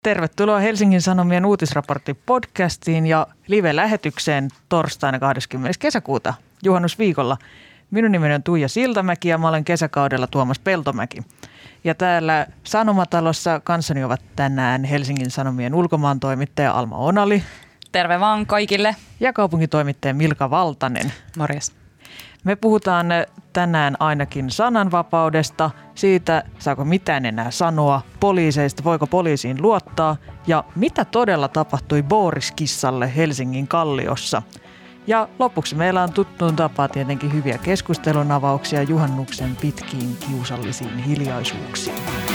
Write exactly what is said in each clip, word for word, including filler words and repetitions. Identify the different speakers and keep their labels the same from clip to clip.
Speaker 1: Tervetuloa Helsingin Sanomien uutisraportti-podcastiin ja live-lähetykseen torstaina kahdeskymmenes kesäkuuta juhannusviikolla. Minun nimeni on Tuija Siltamäki ja mä olen kesäkaudella Tuomas Peltomäki. Ja täällä Sanomatalossa kanssani ovat tänään Helsingin Sanomien ulkomaantoimittaja Alma Onali.
Speaker 2: Terve vaan kaikille.
Speaker 1: Ja kaupunkitoimittaja Milka Valtanen.
Speaker 2: Morjes.
Speaker 1: Me puhutaan tänään ainakin sananvapaudesta, siitä saako mitään enää sanoa, poliiseista, voiko poliisiin luottaa ja mitä todella tapahtui Boris-kissalle Helsingin Kalliossa. Ja lopuksi meillä on tuttuun tapaa tietenkin hyviä keskustelunavauksia juhannuksen pitkiin kiusallisiin hiljaisuuksiin.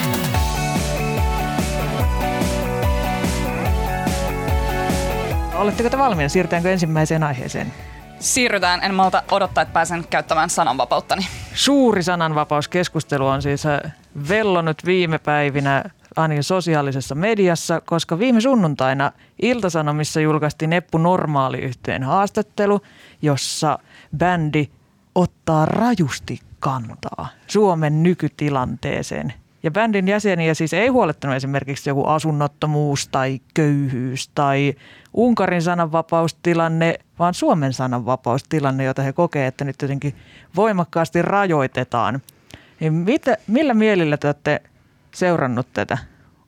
Speaker 1: Oletteko te valmiina? Siirrytäänkö ensimmäiseen aiheeseen?
Speaker 2: Siirrytään. En malta odottaa, että pääsen käyttämään sananvapauttani.
Speaker 1: Suuri sananvapauskeskustelu on siis vellonut viime päivinä ainakin sosiaalisessa mediassa, koska viime sunnuntaina Ilta-Sanomissa julkaistiin Eppu Normaali-yhtyeen haastattelu, jossa bändi ottaa rajusti kantaa Suomen nykytilanteeseen. Ja bändin jäseniä siis ei huolettanut esimerkiksi joku asunnottomuus tai köyhyys tai Unkarin sananvapaustilanne, vaan Suomen sananvapaustilanne, jota he kokee, että nyt jotenkin voimakkaasti rajoitetaan. Niin mitä, millä mielillä te olette seurannut tätä?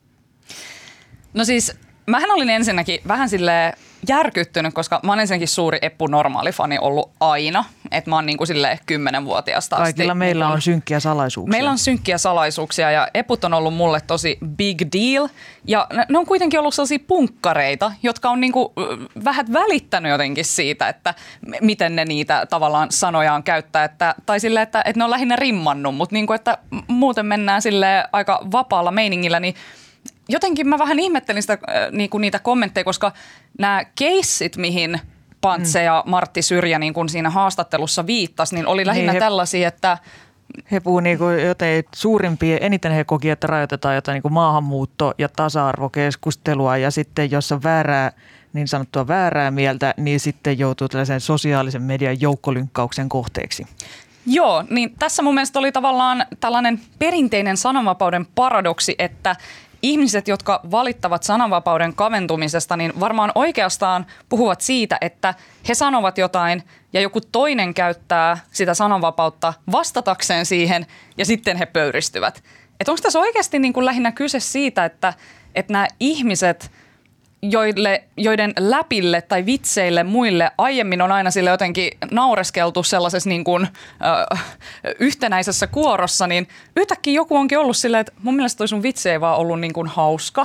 Speaker 2: No siis, mähän olin ensinnäkin vähän silleen järkyttynyt, koska mä oon ensinnäkin suuri Eppu Normaali-fani ollut aina. Että mä oon niin kuin silleen kymmenenvuotiaasta asti.
Speaker 1: Kaikilla meillä niin on synkkiä salaisuuksia.
Speaker 2: Meillä on synkkiä salaisuuksia ja Eput on ollut mulle tosi big deal. Ja ne on kuitenkin ollut sellaisia punkkareita, jotka on niin kuin vähän välittänyt jotenkin siitä, että miten ne niitä tavallaan sanojaan käyttää. Että, tai silleen, että, että ne on lähinnä rimmannut, mutta niin kuin, että muuten mennään silleen aika vapaalla meiningillä, niin jotenkin mä vähän ihmettelin sitä, niin kuin niitä kommentteja, koska nämä keissit, mihin Pantse ja Martti Syrjä niin kuin siinä haastattelussa viittasi, niin oli lähinnä
Speaker 1: niin he,
Speaker 2: tällaisia, että
Speaker 1: he puhuu niin kuin jotain suurimpia, eniten he koki, että rajoitetaan jotain niin kuin maahanmuutto- ja tasa-arvokeskustelua ja sitten jos on väärää, niin sanottua väärää mieltä, niin sitten joutuu tällaisen sosiaalisen median joukkolynkkauksen kohteeksi.
Speaker 2: Joo, niin tässä mun mielestä oli tavallaan tällainen perinteinen sananvapauden paradoksi, että ihmiset, jotka valittavat sananvapauden kaventumisesta, niin varmaan oikeastaan puhuvat siitä, että he sanovat jotain ja joku toinen käyttää sitä sananvapautta vastatakseen siihen ja sitten he pöyristyvät. Että onko tässä oikeasti niin kuin lähinnä kyse siitä, että, että nämä ihmiset, joille, joiden läpille tai vitseille muille aiemmin on aina sille jotenkin naureskeltu sellaisessa niin kuin, äh, yhtenäisessä kuorossa, niin yhtäkkiä joku onkin ollut silleen, että mun mielestä toi sun vitsi ei vaan ollut niin kuin hauska.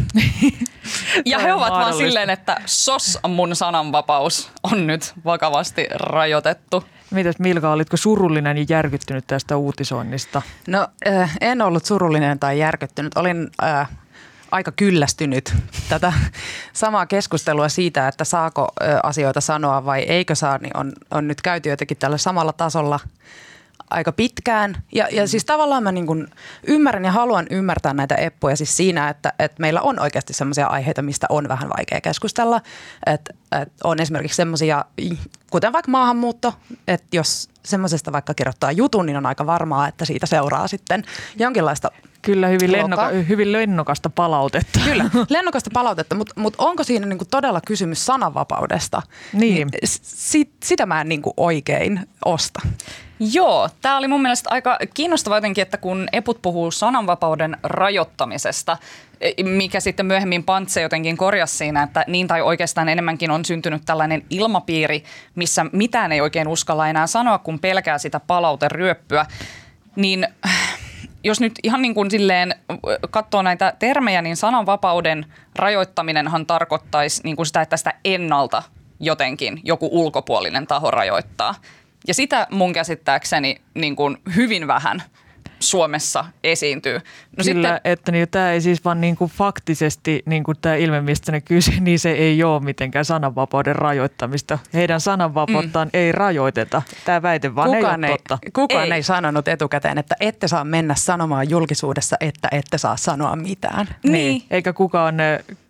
Speaker 2: Ja he ovat vaan silleen, että sos mun sananvapaus on nyt vakavasti rajoitettu.
Speaker 1: Mitäs Milka, olitko surullinen ja järkyttynyt tästä uutisoinnista?
Speaker 3: No äh, en ollut surullinen tai järkyttynyt. Olin Äh... aika kyllästynyt tätä samaa keskustelua siitä, että saako asioita sanoa vai eikö saa, niin on, on nyt käyty jotenkin tällä samalla tasolla aika pitkään. Ja, ja siis tavallaan mä niin kuin ymmärrän ja haluan ymmärtää näitä eppuja siis siinä, että, että meillä on oikeasti sellaisia aiheita, mistä on vähän vaikea keskustella. Että, että on esimerkiksi semmoisia, kuten vaikka maahanmuutto, että jos semmoisesta vaikka kirjoittaa jutun, niin on aika varmaa, että siitä seuraa sitten jonkinlaista
Speaker 1: Kyllä, hyvin, lennoka, hyvin lennokasta palautetta.
Speaker 3: Kyllä, lennokasta palautetta, mutta mut onko siinä niinku todella kysymys sananvapaudesta?
Speaker 1: Niin.
Speaker 3: Sit, sitä mä en niinku oikein osta.
Speaker 2: Joo, tämä oli mun mielestä aika kiinnostava jotenkin, että kun Eput puhuu sananvapauden rajoittamisesta, mikä sitten myöhemmin Pantse jotenkin korjasi siinä, että niin tai oikeastaan enemmänkin on syntynyt tällainen ilmapiiri, missä mitään ei oikein uskalla enää sanoa, kun pelkää sitä palauteryöppyä, niin jos nyt ihan niin kuin silleen katsoo näitä termejä, niin sananvapauden rajoittaminenhan tarkoittaisi niin kuin sitä, että sitä ennalta jotenkin joku ulkopuolinen taho rajoittaa. Ja sitä mun käsittääkseni niin kuin hyvin vähän Suomessa esiintyy. No
Speaker 1: Kyllä,
Speaker 2: sitten,
Speaker 1: että niin, tämä ei siis vaan niin kuin faktisesti, niin kuin tämä ilme, mistä ne kyse, niin se ei ole mitenkään sananvapauden rajoittamista. Heidän sananvapauttaan mm. ei rajoiteta. Tämä väite vaan
Speaker 3: kukaan
Speaker 1: ei ole
Speaker 3: ei,
Speaker 1: totta.
Speaker 3: Kukaan
Speaker 2: ei.
Speaker 3: ei sanonut etukäteen, että ette saa mennä sanomaan julkisuudessa, että ette saa sanoa mitään.
Speaker 2: Niin.
Speaker 1: Niin. Eikä kukaan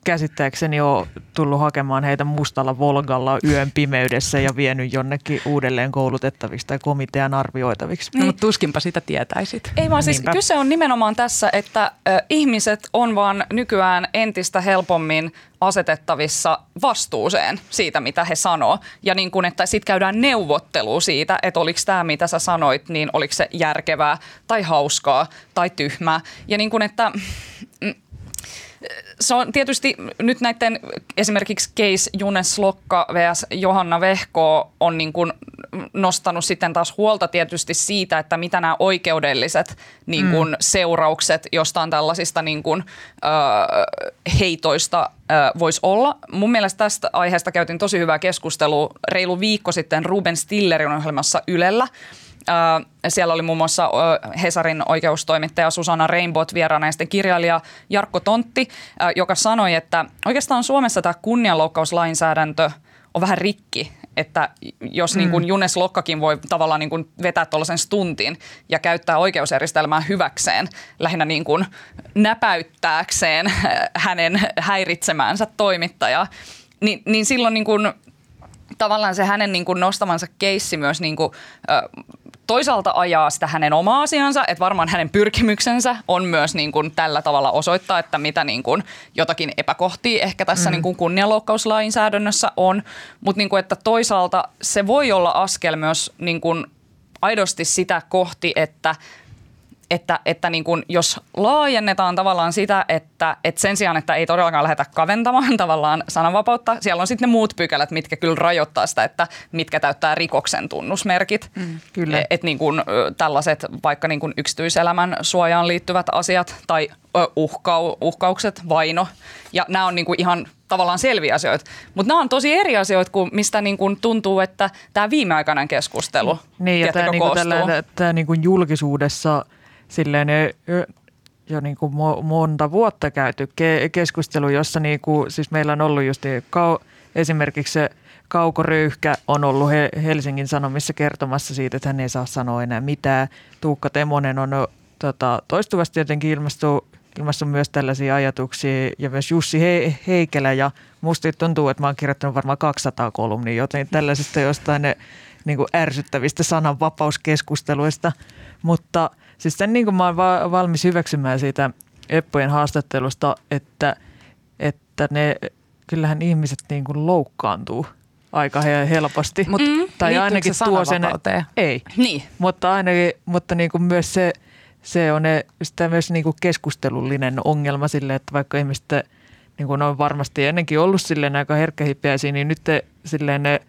Speaker 1: käsittääkseni ole tullut hakemaan heitä mustalla Volgalla yön pimeydessä ja vienyt jonnekin uudelleen koulutettaviksi tai komitean arvioitaviksi.
Speaker 3: No, mutta tuskinpa sitä tietäisit.
Speaker 2: Ei vaan siis
Speaker 1: Niinpä.
Speaker 2: kyse on nimenomaan tässä, että ö, ihmiset on vaan nykyään entistä helpommin asetettavissa vastuuseen siitä, mitä he sanoo. Ja niin kuin, että sitten käydään neuvottelua siitä, että oliko tämä, mitä sä sanoit, niin oliko se järkevää tai hauskaa tai tyhmää. Ja niin kuin, että mm, se on tietysti nyt näiden esimerkiksi case June Slokka versus Johanna Vehko on niin kuin nostanut sitten taas huolta tietysti siitä, että mitä nämä oikeudelliset niin kuin mm. seuraukset jostain tällaisista niin kuin, äh, heitoista äh, voisi olla. Mun mielestä tästä aiheesta käytiin tosi hyvää keskustelua reilu viikko sitten Ruben Stillerin ohjelmassa Ylellä. Äh, siellä oli muun muassa äh, Hesarin oikeustoimittaja Susanna Reinbot vieraana ja sitten kirjailija Jarkko Tontti, äh, joka sanoi, että oikeastaan Suomessa tämä kunnianloukkauslainsäädäntö on vähän rikki, että jos mm. niin kuin June Slokkakin voi tavallaan niin kuin vetää tuollaisen stuntin ja käyttää oikeusjärjestelmää hyväkseen, lähinnä niin kuin näpäyttääkseen hänen häiritsemäänsä toimittajaa, niin, niin silloin niin kuin tavallaan se hänen niin kuin nostamansa keissi myös niin kuin, ö, toisaalta ajaa sitä hänen omaa asiansa, että varmaan hänen pyrkimyksensä on myös niin kuin tällä tavalla osoittaa, että mitä niin kuin jotakin epäkohtia ehkä tässä mm. niin kuin kunnianloukkauslainsäädännössä on, mutta niin kuin, että toisaalta se voi olla askel myös niin kuin aidosti sitä kohti, että että, että niin kuin, jos laajennetaan tavallaan sitä, että, että sen sijaan, että ei todellakaan lähdetä kaventamaan tavallaan sananvapautta, siellä on sitten ne muut pykälät, mitkä kyllä rajoittaa sitä, että mitkä täyttää rikoksen tunnusmerkit. Mm, kyllä. Että et niin kuin tällaiset vaikka niin kuin yksityiselämän suojaan liittyvät asiat tai uhkau, uhkaukset, vaino. Ja nämä on niin kuin ihan tavallaan selviä asioita. Mutta nämä on tosi eri asioita, kuin mistä niin kuin tuntuu, että tämä viimeaikainen keskustelu
Speaker 1: niin, ja tämä, niin kuin tällä, tämä niin kuin julkisuudessa silleen jo niin kuin monta vuotta käyty keskustelu, jossa niin kuin, siis meillä on ollut just niin, esimerkiksi se Kauko Röyhkä on ollut Helsingin Sanomissa kertomassa siitä, että hän ei saa sanoa enää mitään. Tuukka Temonen on tota, toistuvasti jotenkin ilmastu, ilmastu myös tällaisia ajatuksia ja myös Jussi He, Heikelä ja musta tuntuu, että mä oon kirjoittanut varmaan kaksisataa kolumnia, joten tällaisista jostain ne, niin kuin ärsyttävistä sananvapauskeskusteluista, mutta siis sen niin kuin mä oon va- valmis hyväksymään siitä Eppojen haastattelusta, että, että ne, kyllähän ihmiset niin kuin loukkaantuu aika helposti.
Speaker 3: Mut mm,
Speaker 1: tai ainakin
Speaker 3: se
Speaker 1: tuo sen, ei,
Speaker 2: niin.
Speaker 1: mutta, ainakin, mutta niin kuin myös se, se on ne, sitä myös niin kuin keskustelullinen ongelma sille, että vaikka ihmiset niin kuin on varmasti ennenkin ollut silleen aika herkkähipiäisiä, niin nyt te, silleen ne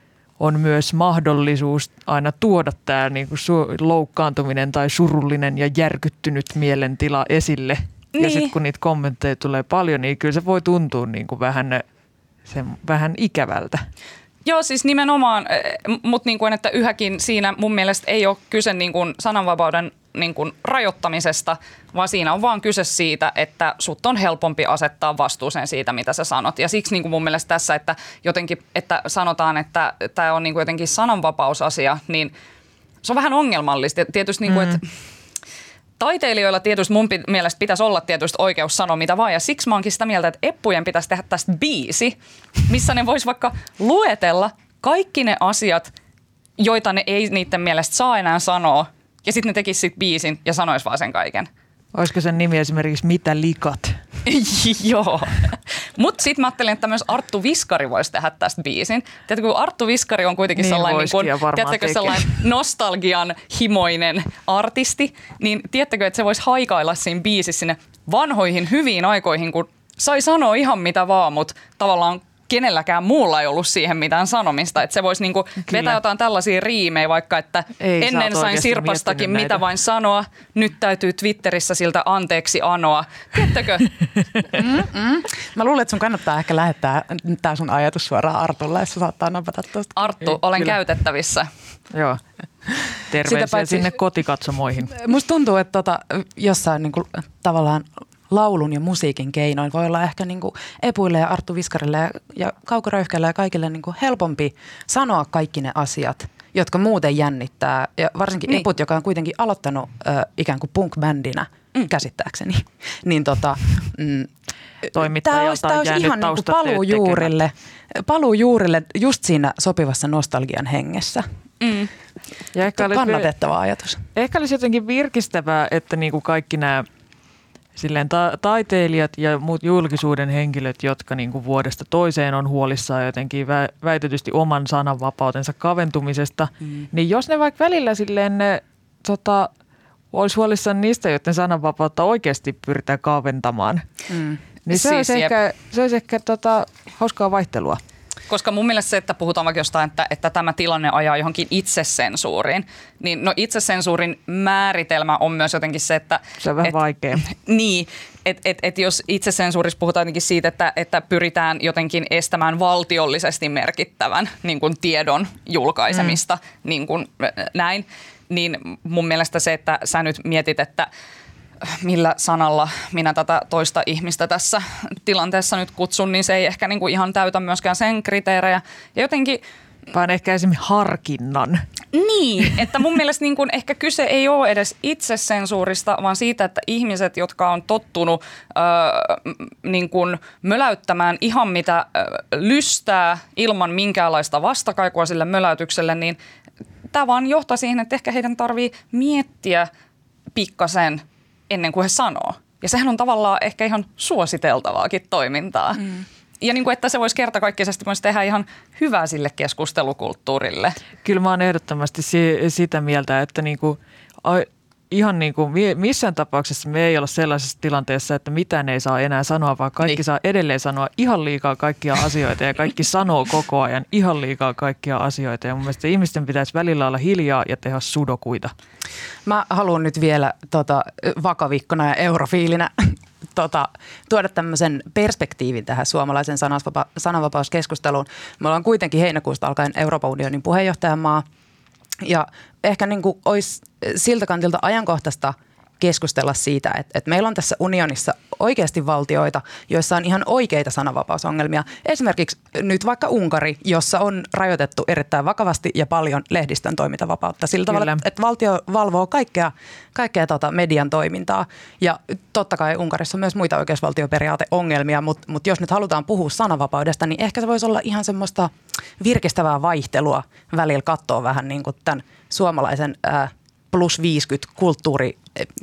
Speaker 1: on myös mahdollisuus aina tuoda tämä niin kuin loukkaantuminen tai surullinen ja järkyttynyt mielentila esille. Niin. Ja sitten kun niitä kommentteja tulee paljon, niin kyllä se voi tuntua niin kuin vähän, se, vähän ikävältä.
Speaker 2: Joo, siis nimenomaan, mutta niin kuin, että yhäkin siinä mun mielestä ei ole kyse niin kuin sananvapauden niin kuin rajoittamisesta, vaan siinä on vaan kyse siitä, että sut on helpompi asettaa vastuuseen siitä, mitä sä sanot. Ja siksi niin kuin mun mielestä tässä, että jotenkin, että sanotaan, että tämä on niin kuin jotenkin sananvapausasia, niin se on vähän ongelmallista. Tietysti niin kuin, mm. että taiteilijoilla tietysti mun mielestä pitäisi olla tietysti oikeus sanoa mitä vaan, ja siksi mä oonkin sitä mieltä, että Eppujen pitäisi tehdä tästä biisi, missä ne vois vaikka luetella kaikki ne asiat, joita ne ei niiden mielestä saa enää sanoa, ja sitten ne tekisi sit biisin ja sanois vaan sen kaiken.
Speaker 1: Olisiko sen nimi esimerkiksi Mitä likat?
Speaker 2: Joo. Mutta sitten mä ajattelin, että myös Arttu Viskari voisi tehdä tästä biisin. Tiedätkö, kun Arttu Viskari on kuitenkin niin sellainen, niin kun, tiedätkö, sellainen nostalgian himoinen artisti, niin tiedättekö, että se voisi haikailla siinä biisissä sinne vanhoihin hyviin aikoihin, kun sai sanoa ihan mitä vaan, mutta tavallaan kenelläkään muulla ei ollut siihen mitään sanomista. Että se voisi niinku vetää jotain tällaisia riimejä, vaikka että ei, ennen sain Sirpastakin mitä vain sanoa, nyt täytyy Twitterissä siltä anteeksi anoa. Tiedättekö?
Speaker 3: Mm-mm. Mä luulen, että sun kannattaa ehkä lähettää tämä sun ajatus suoraan Artulle, jos sä saattaa napata tuosta.
Speaker 2: Arttu, ei, olen kyllä käytettävissä.
Speaker 1: Joo. Terveisiä paitsi sinne kotikatsomoihin.
Speaker 3: Musta tuntuu, että tota, jossain niinku, tavallaan laulun ja musiikin keinoin voi olla ehkä niin kuin Epuille ja Arttu Viskarille ja, ja Kauko Röyhkälle ja kaikille niin kuin helpompi sanoa kaikki ne asiat, jotka muuten jännittää. Ja varsinkin niin. Eput, joka on kuitenkin aloittanut ö, ikään kuin punk-bändinä mm. käsittääkseni. Niin tota, mm,
Speaker 1: Toimittajalta
Speaker 3: tämä olisi, olisi ihan niin paluu juurille, paluu juurille just siinä sopivassa nostalgian hengessä.
Speaker 2: Mm.
Speaker 1: Ja ehkä
Speaker 3: kannatettava
Speaker 1: olisi,
Speaker 3: ajatus.
Speaker 1: Ehkä olisi jotenkin virkistävää, että niin kuin kaikki nämä silleen ta- taiteilijat ja muut julkisuuden henkilöt, jotka niin kuin vuodesta toiseen on huolissaan jotenkin vä- väitetysti oman sananvapautensa kaventumisesta, mm. niin jos ne vaikka välillä silleen ne, tota, olisi huolissaan niistä, joiden sananvapautta oikeasti pyritään kaventamaan, mm. niin se, siis, olisi ehkä, se olisi ehkä tota, hauskaa vaihtelua.
Speaker 2: Koska mun mielestä se, että puhutaan vaikka jostain, että, että tämä tilanne ajaa johonkin itsesensuuriin, niin no itsesensuurin määritelmä on myös jotenkin se, että...
Speaker 1: Se on vähän
Speaker 2: et,
Speaker 1: vaikea.
Speaker 2: Niin, että et, et jos itsesensuurissa puhutaan jotenkin siitä, että, että pyritään jotenkin estämään valtiollisesti merkittävän niin kuin tiedon julkaisemista, mm. niin kuin näin, niin mun mielestä se, että sä nyt mietit, että millä sanalla minä tätä toista ihmistä tässä tilanteessa nyt kutsun, niin se ei ehkä niinku ihan täytä myöskään sen kriteerejä. Ja jotenkin...
Speaker 1: Vaan ehkä esimerkiksi harkinnan.
Speaker 2: Niin, että mun mielestä niin kun ehkä kyse ei ole edes itsesensuurista, vaan siitä, että ihmiset, jotka on tottunut äh, niin kun möläyttämään ihan mitä äh, lystää ilman minkäänlaista vastakaikua sille möläytykselle, niin tämä vaan johtaa siihen, että ehkä heidän tarvii miettiä pikkasen ennen kuin he sanoo. Ja sehän on tavallaan ehkä ihan suositeltavaakin toimintaa. Mm. Ja niin kuin, että se voisi kertakaikkisesti myös tehdä ihan hyvää sille keskustelukulttuurille.
Speaker 1: Kyllä mä oon ehdottomasti si- sitä mieltä, että niin kuin, ihan niin kuin missään tapauksessa me ei olla sellaisessa tilanteessa, että mitään ei saa enää sanoa, vaan kaikki niin. saa edelleen sanoa ihan liikaa kaikkia asioita ja kaikki sanoo koko ajan ihan liikaa kaikkia asioita. Ja mun mielestä ihmisten pitäisi välillä olla hiljaa ja tehdä sudokuita.
Speaker 3: Mä haluan nyt vielä tota, vakavikkona ja eurofiilinä tota, tuoda tämmöisen perspektiivin tähän suomalaisen sananvapa- sananvapauskeskusteluun. Me ollaan kuitenkin heinäkuusta alkaen Euroopan unionin puheenjohtajamaa ja ehkä niin kuin olisi siltä kantilta ajankohtaista keskustella siitä, että, että meillä on tässä unionissa oikeasti valtioita, joissa on ihan oikeita sananvapausongelmia. Esimerkiksi nyt vaikka Unkari, jossa on rajoitettu erittäin vakavasti ja paljon lehdistön toimintavapautta. Sillä Kyllä. tavalla, että valtio valvoo kaikkea, kaikkea tota median toimintaa. Ja totta kai Unkarissa on myös muita oikeusvaltioperiaateongelmia, mutta, mutta jos nyt halutaan puhua sananvapaudesta, niin ehkä se voisi olla ihan semmoista virkistävää vaihtelua välillä katsoa vähän niin kuin tämän suomalaisen ää, plus viisikymmentä kulttuuri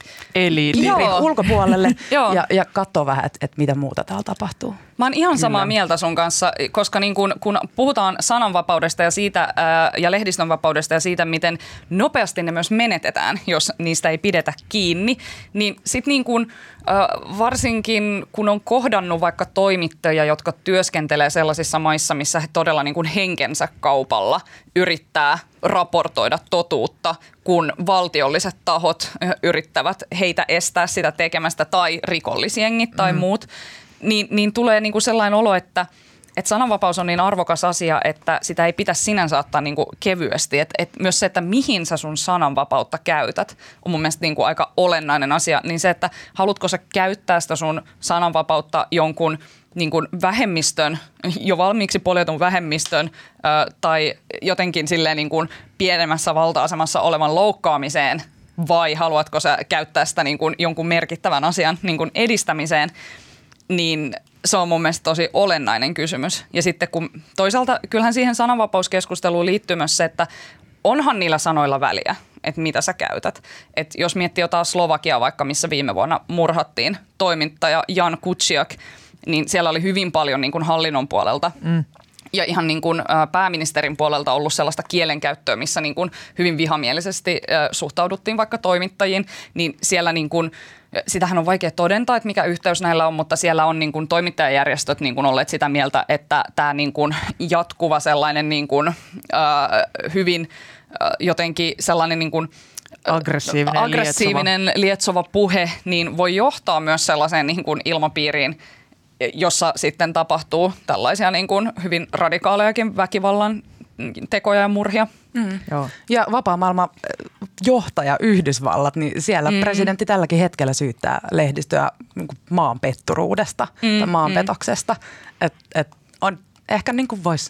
Speaker 1: eli
Speaker 3: ulkopuolelle ja, ja katsoa vähän, että et mitä muuta täällä tapahtuu.
Speaker 2: Mä oon ihan samaa Kyllä. mieltä sun kanssa, koska niin kun, kun puhutaan sananvapaudesta ja, siitä, ää, ja lehdistönvapaudesta ja siitä, miten nopeasti ne myös menetetään, jos niistä ei pidetä kiinni, niin sitten niin kun, ää, varsinkin kun on kohdannut vaikka toimittajia, jotka työskentelee sellaisissa maissa, missä he todella niin kun henkensä kaupalla yrittää raportoida totuutta, kun valtiolliset tahot yrittävät heitä estää sitä tekemästä tai rikollisjengit tai mm. muut, niin, niin tulee niinku sellainen olo, että, että sananvapaus on niin arvokas asia, että sitä ei pitäisi sinänsä ottaa niinku kevyesti. Et, et myös se, että mihin sä sun sananvapautta käytät, on mun mielestä niinku aika olennainen asia. Niin se, että haluatko sä käyttää sitä sun sananvapautta jonkun niin kuin vähemmistön, jo valmiiksi poljetun vähemmistön ö, tai jotenkin silleen niin kuin pienemmässä valta-asemassa olevan loukkaamiseen, vai haluatko sä käyttää sitä niin kuin jonkun merkittävän asian niin kuin edistämiseen, niin se on mun mielestä tosi olennainen kysymys. Ja sitten kun toisaalta kyllähän siihen sananvapauskeskusteluun liittyy myös se, että onhan niillä sanoilla väliä, että mitä sä käytät. Et jos miettii jotain Slovakiaa vaikka, missä viime vuonna murhattiin toimittaja Jan Kuciak, niin siellä oli hyvin paljon niin kuin hallinnon puolelta mm. ja ihan niin kuin pääministerin puolelta ollut sellaista kielenkäyttöä, missä niin kuin hyvin vihamielisesti suhtauduttiin vaikka toimittajiin, niin siellä niin kuin, sitähän on vaikea todentaa, että mikä yhteys näillä on, mutta siellä on niin kuin toimittajajärjestöt niin kuin olleet sitä mieltä, että tämä niin kuin jatkuva sellainen niin kuin, äh, hyvin äh, jotenkin sellainen niin kuin
Speaker 1: aggressiivinen,
Speaker 2: aggressiivinen lietsova. lietsova puhe, niin voi johtaa myös sellaiseen niin kuin ilmapiiriin, jossa sitten tapahtuu tällaisia niin kuin hyvin radikaalejakin väkivallan tekoja ja murhia.
Speaker 3: Mm. Joo. Ja vapaa maailman johtaja Yhdysvallat, niin siellä mm. presidentti tälläkin hetkellä syyttää lehdistöä niin kuin maanpetturuudesta mm. tai maanpetoksesta. Mm. Et, et on, ehkä niin kuin voisi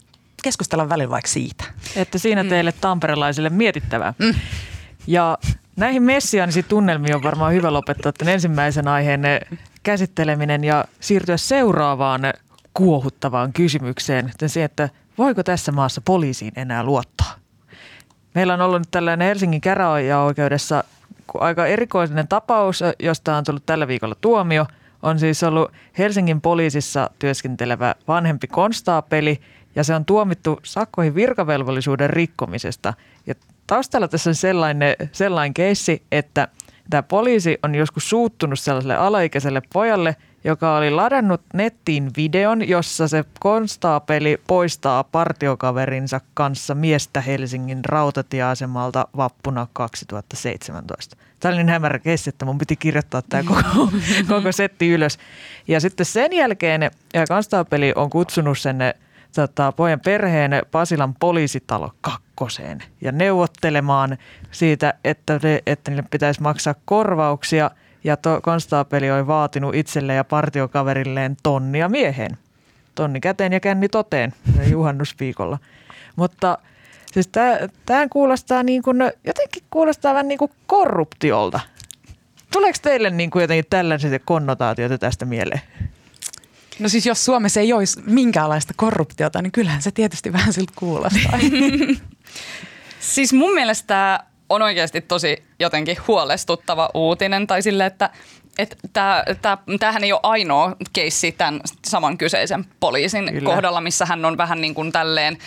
Speaker 3: keskustella välillä vaikka siitä.
Speaker 1: Että siinä teille tamperelaisille mietittävää. Mm. Ja näihin messiaanisiin tunnelmiin on varmaan hyvä lopettaa tämän ensimmäisen aiheen käsitteleminen ja siirtyä seuraavaan kuohuttavaan kysymykseen. Se, että voiko tässä maassa poliisiin enää luottaa? Meillä on ollut nyt tällainen Helsingin käräjäoikeudessa aika erikoinen tapaus, josta on tullut tällä viikolla tuomio. On siis ollut Helsingin poliisissa työskentelevä vanhempi konstaapeli ja se on tuomittu sakkoihin virkavelvollisuuden rikkomisesta. Ja taustalla tässä on sellainen, sellainen keissi, että tämä poliisi on joskus suuttunut sellaiselle alaikäiselle pojalle, joka oli ladannut nettiin videon, jossa se konstaapeli poistaa partiokaverinsa kanssa miestä Helsingin rautatieasemalta vappuna kaksituhattaseitsemäntoista. Tämä oli niin hämärä keissi, että mun piti kirjoittaa tämä koko, koko setti ylös. Ja sitten sen jälkeen konstaapeli on kutsunut sen tota, pojan perheen Pasilan poliisitalo kakkoseen ja neuvottelemaan siitä, että, ne, että niille pitäisi maksaa korvauksia. Ja to, konstaapeli oli vaatinut itselleen ja partiokaverilleen tonnia mieheen. Tonni käteen ja känni toteen juhannusviikolla. Mutta siis tämä kuulostaa niin kuin, jotenkin kuulostaa vähän niin kuin korruptiolta. Tuleeko teille niin kuin jotenkin tällaiset konnotaatioita tästä mieleen?
Speaker 3: No siis jos Suomessa ei olisi minkäänlaista korruptiota, niin kyllähän se tietysti vähän siltä kuulostaa.
Speaker 2: Siis mun mielestä on oikeasti tosi jotenkin huolestuttava uutinen tai sille, että että tää, tää, tämähän ei ole ainoa keissi tämän saman kyseisen poliisin Kyllä. kohdalla, missä hän on vähän niin kuin tälleen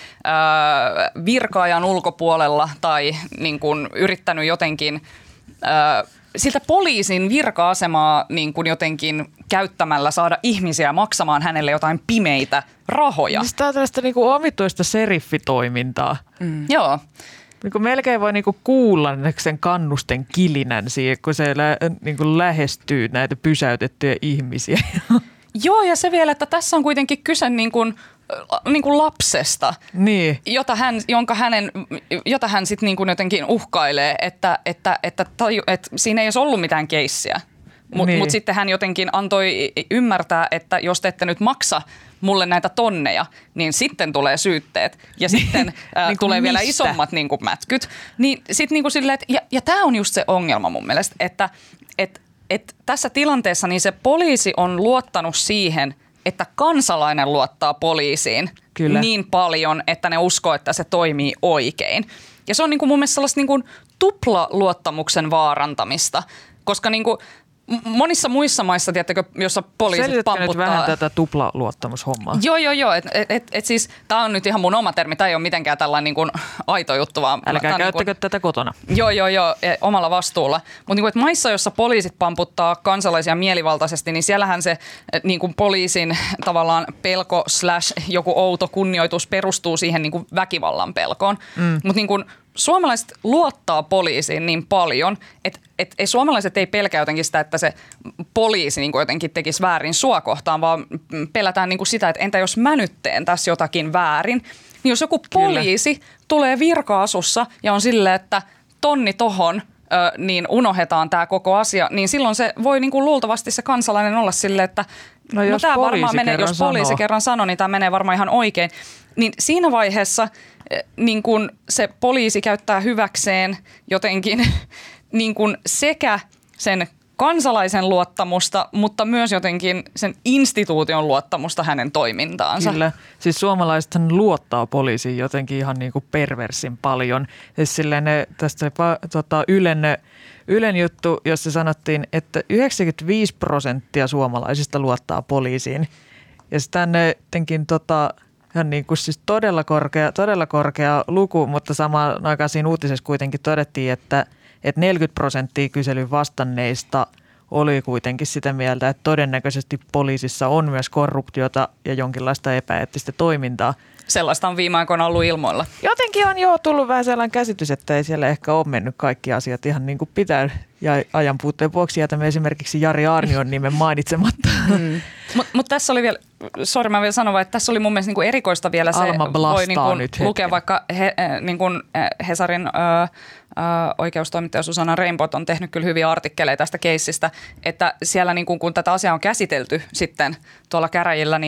Speaker 2: äh, virka-ajan ulkopuolella tai niin kuin yrittänyt jotenkin äh, siltä poliisin virka-asemaa niin kuin jotenkin käyttämällä saada ihmisiä maksamaan hänelle jotain pimeitä rahoja.
Speaker 1: Tämä on tällaista niin kuin omituista seriffitoimintaa.
Speaker 2: Mm. Joo.
Speaker 1: Niin kuin melkein voi niin kuin kuulla sen kannusten kilinän siihen, kun se lä, niin kuin lähestyy näitä pysäytettyjä ihmisiä.
Speaker 2: Joo, ja se vielä, että tässä on kuitenkin kyse niin kuin, niin kuin lapsesta,
Speaker 1: niin.
Speaker 2: jota hän, jonka hänen, jota hän sitten niin kuin jotenkin uhkailee, että, että, että, taju, että siinä ei olisi ollut mitään keissiä. Mutta
Speaker 1: niin.
Speaker 2: mut sitten hän jotenkin antoi ymmärtää, että jos te ette nyt maksa mulle näitä tonneja, niin sitten tulee syytteet ja sitten ää, niin tulee mistä? Vielä isommat niin kuin mätkyt. Niin sitten niin kuin silleen, että, ja, ja tämä on just se ongelma mun mielestä, että et, et tässä tilanteessa niin se poliisi on luottanut siihen, että kansalainen luottaa poliisiin Kyllä. niin paljon, että ne uskoo, että se toimii oikein. Ja se on niin kuin mun mielestä sellaista niin kuin tuplaluottamuksen vaarantamista, koska niin kuin monissa muissa maissa, tiedättekö, jossa poliisit
Speaker 1: Selitätkö
Speaker 2: pamputtaa.
Speaker 1: nyt vähän tätä tuplaluottamushommaa?
Speaker 2: Joo, joo, joo. Et, et, et, et siis, tämä on nyt ihan mun oma termi. Tämä ei ole mitenkään tällainen niin kuin aito juttu. Vaan
Speaker 1: Älkää käyttäkö
Speaker 2: niin kuin,
Speaker 1: tätä kotona.
Speaker 2: Joo, joo, joo. Omalla vastuulla. Mutta niin maissa, jossa poliisit pamputtaa kansalaisia mielivaltaisesti, niin siellähän se niin kuin poliisin tavallaan pelko slash joku outo kunnioitus perustuu siihen niin kuin väkivallan pelkoon. Mm. Mutta niin kuin suomalaiset luottaa poliisiin niin paljon, että et, et suomalaiset ei pelkää jotenkin sitä, että se poliisi niin kuin jotenkin tekisi väärin sua kohtaan, vaan pelätään niin kuin sitä, että entä jos mä nyt teen tässä jotakin väärin. Niin jos joku poliisi Kyllä. tulee virka-asussa ja on silleen, että tonni tohon, ö, niin unohdetaan tämä koko asia, niin silloin se voi niin kuin luultavasti se kansalainen olla silleen, että no, no tämä varmaan menee, jos poliisi sanoo. kerran sanoo, niin tämä menee varmaan ihan oikein. Niin siinä vaiheessa niin kun se poliisi käyttää hyväkseen jotenkin niin kun sekä sen kansalaisen luottamusta, mutta myös jotenkin sen instituution luottamusta hänen toimintaansa.
Speaker 1: Kyllä. Siis suomalaisethan luottaa poliisiin jotenkin ihan niin kuin perversin paljon. Siis silleen ne, tästä oli tota, Ylen, Ylen juttu, jossa sanottiin, että yhdeksänkymmentäviisi prosenttia suomalaisista luottaa poliisiin. Ja sitten jotenkin tota, ihan niin kuin siis todella korkea, todella korkea luku, mutta samaan aikaan siinä uutisessa kuitenkin todettiin, että, että neljäkymmentä prosenttia kyselyn vastanneista oli kuitenkin sitä mieltä, että todennäköisesti poliisissa on myös korruptiota ja jonkinlaista epäeettistä toimintaa.
Speaker 2: Sellaista on viime aikoina ollut ilmoilla.
Speaker 1: Jotenkin on jo tullut vähän sellainen käsitys, että ei siellä ehkä ole mennyt kaikki asiat ihan niin kuin pitää. Ja ajan puutteen vuoksi jätämme esimerkiksi Jari Aarnion nimen mainitsematta. Mm.
Speaker 2: Mutta mut tässä oli vielä, sori mä vielä sanon, että tässä oli mun mielestä niinku erikoista vielä se, voi niinku lukea vaikka he, niinku Hesarin ö, ö, oikeustoimittaja Susanna Reinbot on tehnyt kyllä hyviä artikkeleita tästä keissistä, että siellä niinku, kun tätä asiaa on käsitelty sitten tuolla käräjillä, niin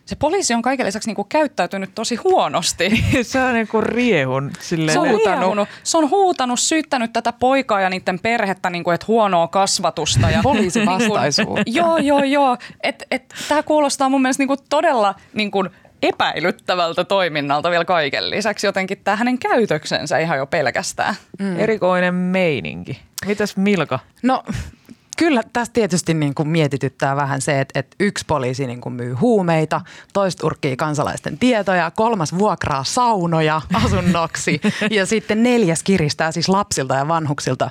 Speaker 2: se poliisi on kaiken lisäksi niinku käyttäytynyt tosi huonosti.
Speaker 1: Se on niinku riehun.
Speaker 2: Se on huutanut, se on huutanut, syyttänyt tätä poikaa ja niiden perhettä, niinku, että huonoa kasvatusta. Ja
Speaker 3: poliisivastaisuus.
Speaker 2: Joo, joo, joo. Tämä kuulostaa mun mielestä niinku todella niinku epäilyttävältä toiminnalta vielä kaiken lisäksi. Jotenkin tämä hänen käytöksensä ihan jo pelkästään.
Speaker 1: Mm. Erikoinen meininki. Mitäs Milka?
Speaker 3: No... Kyllä tässä tietysti niin kuin mietityttää vähän se, että, että yksi poliisi niin kuin myy huumeita, toista urkkii kansalaisten tietoja, kolmas vuokraa saunoja asunnoksi ja sitten neljäs kiristää siis lapsilta ja vanhuksilta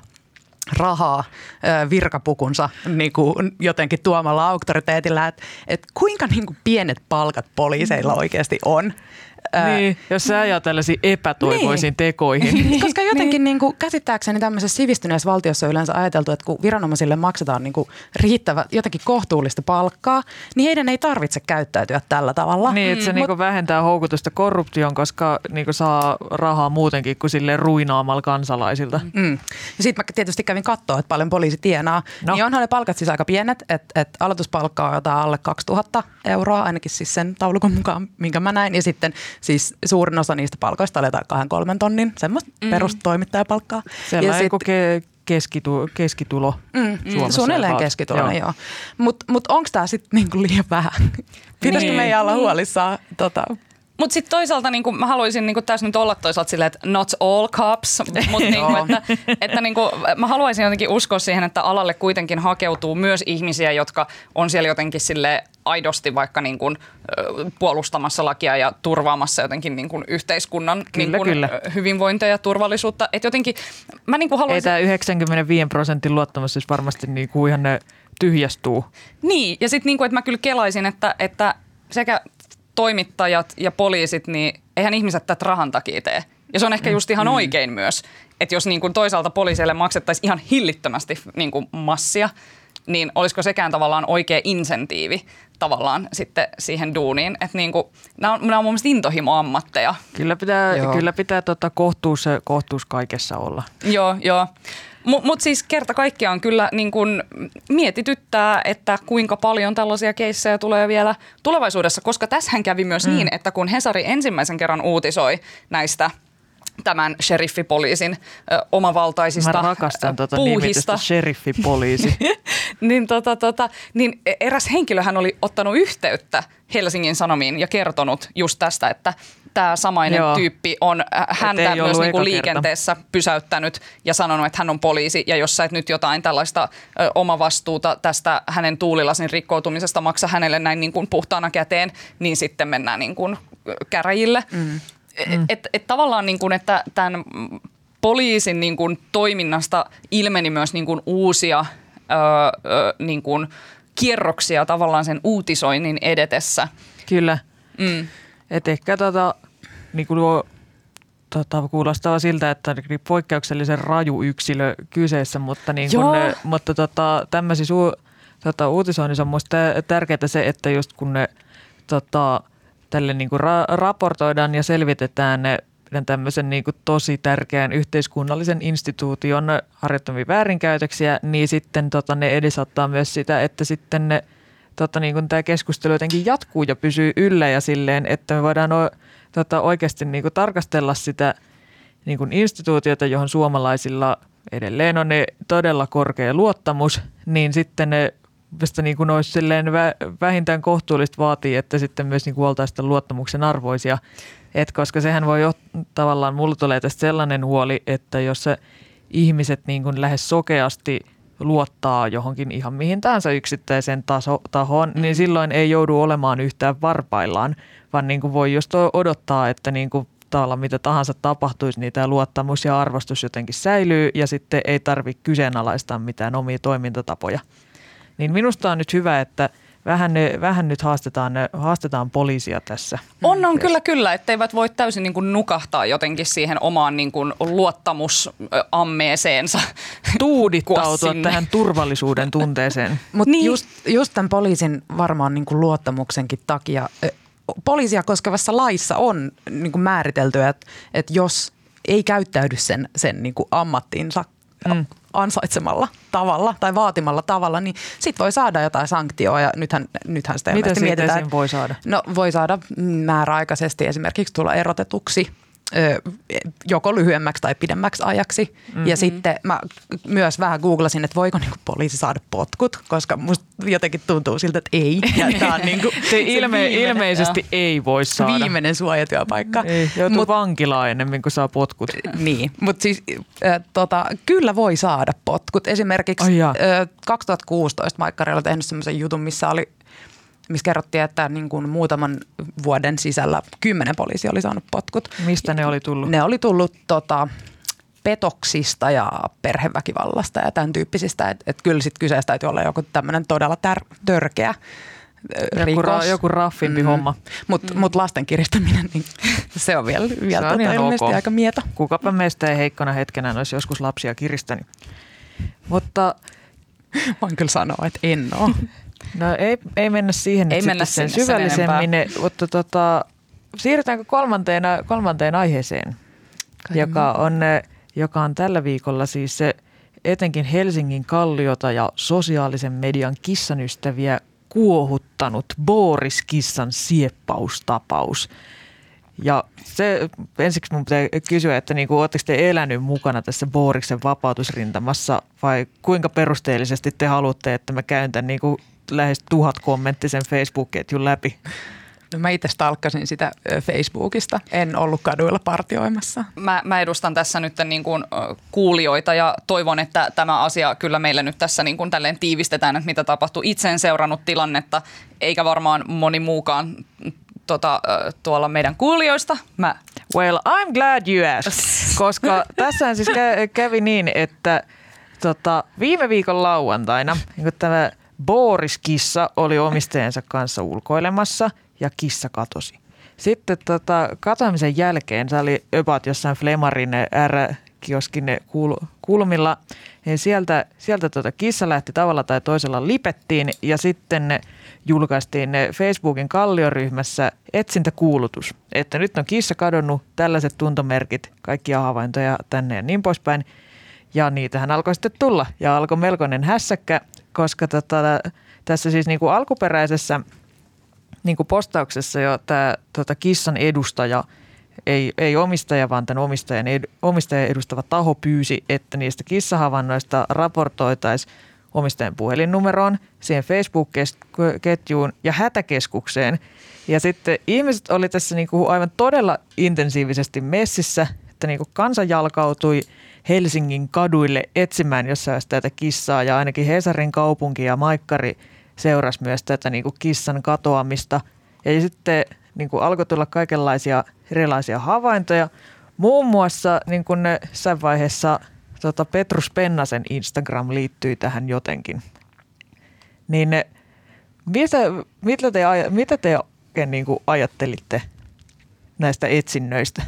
Speaker 3: rahaa virkapukunsa niin kuin jotenkin tuomalla auktoriteetillä, että, että kuinka niin kuin pienet palkat poliiseilla oikeasti on.
Speaker 1: Niin, jos sä ajaa tällaisiin epätoivoisiin niin. tekoihin.
Speaker 3: Koska jotenkin niin kuin, käsittääkseni tämmöisessä sivistyneessä valtiossa on yleensä ajateltu, että kun viranomaisille maksetaan niin kuin riittävä, jotenkin kohtuullista palkkaa, niin heidän ei tarvitse käyttäytyä tällä tavalla.
Speaker 1: Niin, että se mm. niin kuin vähentää houkutusta korruptioon, koska niin kuin saa rahaa muutenkin kuin silleen ruinaamalla kansalaisilta.
Speaker 3: Mm. Ja sitten mä tietysti kävin katsoa, että paljon poliisi tienaa. No. Niin onhan ne palkat siis aika pienet, että, että aloituspalkka on jotain alle kaksituhatta euroa, ainakin siis sen taulukon mukaan, minkä mä näin. Ja sitten siis suurin osa niistä palkoista oli jotain kahden kolmen tonnin, semmoista mm. perustoimittajapalkkaa.
Speaker 1: Sellainen kuin ke- keskitu- keskitulo
Speaker 3: mm. Suomessa. Suunnilleen keskituloinen, joo. joo. Mutta mut onko tämä sitten niinku liian vähän? Pitäisikö niin. meidän olla huolissaan? Tota...
Speaker 2: Mutta sitten toisaalta niinku, mä haluaisin niinku tässä nyt olla toisaalta silleen, että not all cops, mutta niinku, että, että niinku, mä haluaisin jotenkin uskoa siihen, että alalle kuitenkin hakeutuu myös ihmisiä, jotka on siellä jotenkin sille aidosti vaikka niinku, puolustamassa lakia ja turvaamassa jotenkin niinku yhteiskunnan
Speaker 1: kyllä,
Speaker 2: niinku,
Speaker 1: kyllä.
Speaker 2: hyvinvointia ja turvallisuutta. Et jotenkin, mä niinku haluaisin...
Speaker 1: Ei tämä yhdeksänkymmentäviisi prosentin luottamus siis varmasti niinku ihan ne tyhjästuu.
Speaker 2: Niin, ja sitten niinku, että mä kyllä kelaisin, että, että sekä toimittajat ja poliisit, niin eihän ihmiset tätä rahan takia tee. Ja se on ehkä just ihan mm. oikein myös, että jos niin kuin toisaalta poliiseille maksettaisiin ihan hillittömästi niin kuin massia, niin olisiko sekään tavallaan oikea insentiivi tavallaan sitten siihen duuniin. Että niin kuin, nämä on, nämä on mun mielestä intohimoammatteja.
Speaker 1: Kyllä pitää, kyllä pitää tota kohtuus, kohtuus kaikessa olla.
Speaker 2: Joo, joo. Mutta mut siis kerta kaikkiaan kyllä niin kun mietityttää, että kuinka paljon tällaisia keissejä tulee vielä tulevaisuudessa, koska tässähän kävi myös mm. niin, että kun Hesari ensimmäisen kerran uutisoi näistä tämän sheriffipoliisin ö, omavaltaisista
Speaker 1: Mä rakastan tota
Speaker 2: puuhista.
Speaker 1: Sheriffipoliisi.
Speaker 2: niin, tota, tota, niin eräs henkilöhän oli ottanut yhteyttä Helsingin Sanomiin ja kertonut just tästä, että tämä samainen Joo. tyyppi on häntä myös niinku liikenteessä pysäyttänyt ja sanonut, että hän on poliisi ja jos sä et nyt jotain tällaista ö, omavastuuta tästä hänen tuulilasin rikkoutumisesta maksa hänelle näin niin kuin puhtaana käteen, niin sitten mennään niin kuin käräjille. Mm. Mm. Että et tavallaan niin kuin, että tämän poliisin niin kuin toiminnasta ilmeni myös niin kuin uusia öö, öö, niin kuin kierroksia tavallaan sen uutisoinnin edetessä.
Speaker 1: Kyllä. Mm. Et ehkä tota, niin kuin luo, tota, kuulostaa siltä, että poikkeuksellisen raju yksilö kyseessä, mutta, niin kuin ne, mutta tota, tämmöisissä u, tota, uutisoinnissa on minusta tärkeää se, että just kun ne tota, tälle niin kuin ra- raportoidaan ja selvitetään ne tämmöisen niin kuin tosi tärkeän yhteiskunnallisen instituution harjoittamia väärinkäytöksiä, niin sitten tota, ne edesauttaa myös sitä, että sitten ne, tota, niin kuin tämä keskustelu jotenkin jatkuu ja pysyy yllä ja silleen, että me voidaan o, tota, oikeasti niin kuin tarkastella sitä niin kuin instituutiota, johon suomalaisilla edelleen on ne todella korkea luottamus, niin sitten ne mistä niin kuin olisi silleen vähintään kohtuullista vaatii, että sitten myös niin kuin oltaisiin luottamuksen arvoisia. Et koska sehän voi jo tavallaan, mulla tulee tästä sellainen huoli, että jos se ihmiset niin kuin lähes sokeasti luottaa johonkin ihan mihin tahansa yksittäiseen taso, tahoon, mm. niin silloin ei joudu olemaan yhtään varpaillaan, vaan niin kuin voi just odottaa, että niin kuin tavallaan mitä tahansa tapahtuisi, niin tämä luottamus ja arvostus jotenkin säilyy ja sitten ei tarvitse kyseenalaistaa mitään omia toimintatapoja. Niin minusta on nyt hyvä, että vähän, vähän nyt haastetaan, haastetaan poliisia tässä.
Speaker 2: On, on kyllä, kyllä, etteivät voi täysin niin kuin nukahtaa jotenkin siihen omaan niin kuin luottamusammeeseensa.
Speaker 1: Tuudittautua tähän turvallisuuden tunteeseen.
Speaker 3: Mutta niin. just, just tämän poliisin varmaan niin kuin luottamuksenkin takia, poliisia koskevassa laissa on niin kuin määritelty, että, että jos ei käyttäydy sen, sen niin kuin ammattinsa mm. ansaitsemalla tavalla tai vaatimalla tavalla, niin sit voi saada jotain sanktioa ja nythän, nythän sitä
Speaker 1: mitä
Speaker 3: mietitään.
Speaker 1: Mitä voi saada?
Speaker 3: No voi saada määräaikaisesti esimerkiksi tulla erotetuksi joko lyhyemmäksi tai pidemmäksi ajaksi. Mm-hmm. Ja sitten mä myös vähän googlasin, että voiko niinku poliisi saada potkut, koska musta jotenkin tuntuu siltä, että ei. Ja tää on niinku
Speaker 1: se ilme, ilmeisesti ja. ei voi saada.
Speaker 3: Viimeinen suojatyöpaikka.
Speaker 1: Ei, joutuu Mut, vankilaan ennemmin kuin saa potkut.
Speaker 3: Niin, mutta siis äh, tota, kyllä voi saada potkut. Esimerkiksi oh, äh, kaksituhattakuusitoista Maikkari oli tehnyt semmoisen jutun, missä oli missä kerrottiin, että niin kuin muutaman vuoden sisällä kymmenen poliisia oli saanut potkut.
Speaker 1: Mistä ne oli tullut?
Speaker 3: Ne oli tullut tota, petoksista ja perheväkivallasta ja tämän tyyppisistä. Että et kyllä sitten kyseessä täytyy olla joku tämmöinen todella tär- törkeä
Speaker 1: joku
Speaker 3: rikos.
Speaker 1: Ra- joku raffimpi mm. homma.
Speaker 3: Mutta mm. mut lasten kiristäminen, niin se on vielä, vielä
Speaker 1: se on
Speaker 3: tota ilmeisesti okay. aika mieto.
Speaker 1: Kukapa meistä ei heikkona hetkenä olisi joskus lapsia kiristänyt. Mutta
Speaker 3: voin kyllä sanoa, että en ole.
Speaker 1: No ei, ei mennä siihen
Speaker 2: ei
Speaker 1: nyt
Speaker 2: mennä
Speaker 1: sen syvällisemmin, mutta tota, siirrytäänkö kolmanteen, kolmanteen aiheeseen, joka on, joka on tällä viikolla siis se etenkin Helsingin Kalliota ja sosiaalisen median kissanystäviä kuohuttanut Boris-kissan sieppaustapaus. Ja se ensiksi mun pitää kysyä, että niinku, ootteko te elänyt mukana tässä Boriksen vapautusrintamassa vai kuinka perusteellisesti te haluatte, että mä käyn tämän niinku lähes tuhat kommenttisen Facebook-ketjun läpi?
Speaker 3: No mä itse stalkkasin sitä Facebookista. En ollut kaduilla partioimassa.
Speaker 2: Mä, mä edustan tässä nyt niin kuin kuulijoita ja toivon, että tämä asia kyllä meille nyt tässä niin kuin tälleen tiivistetään, että mitä tapahtui. Itse en seurannut tilannetta, eikä varmaan moni muukaan tota, tuolla meidän kuulijoista. Mä.
Speaker 1: Well, I'm glad you asked, koska tässähän siis kävi niin, että tota, viime viikon lauantaina niin tämä Boris-kissa oli omistajansa kanssa ulkoilemassa ja kissa katosi. Sitten tota, katoamisen jälkeen, se oli about jossain Flemarin R-kioskin kul- kulmilla, ja sieltä, sieltä tota kissa lähti tavalla tai toisella lipettiin ja sitten julkaistiin Facebookin Kallioryhmässä etsintäkuulutus, että nyt on kissa kadonnut, tällaiset tuntomerkit, kaikkia havaintoja tänne ja niin poispäin. Ja niitähän alkoi sitten tulla ja alkoi melkoinen hässäkkä, koska tota, tässä siis niin kuin alkuperäisessä niin kuin postauksessa jo tämä tota kissan edustaja, ei, ei omistaja, vaan tämän omistajan, ed, omistajan edustava taho pyysi, että niistä kissahavainnoista raportoitaisiin omistajan puhelinnumeroon, siihen Facebook-ketjuun ja hätäkeskukseen. Ja sitten ihmiset oli tässä niin kuin aivan todella intensiivisesti messissä, että niin kuin kansa jalkautui Helsingin kaduille etsimään jossain tätä kissaa ja ainakin Hesarin kaupunki ja Maikkari seurasi myös tätä niin kuin kissan katoamista. Ja sitten niin kuin alkoi tulla kaikenlaisia erilaisia havaintoja. Muun muassa niin kuin ne jossain vaiheessa tota Petrus Pennasen Instagram liittyi tähän jotenkin. Niin ne, mitä, mitä, te, mitä te oikein niin kuin ajattelitte näistä etsinnöistä?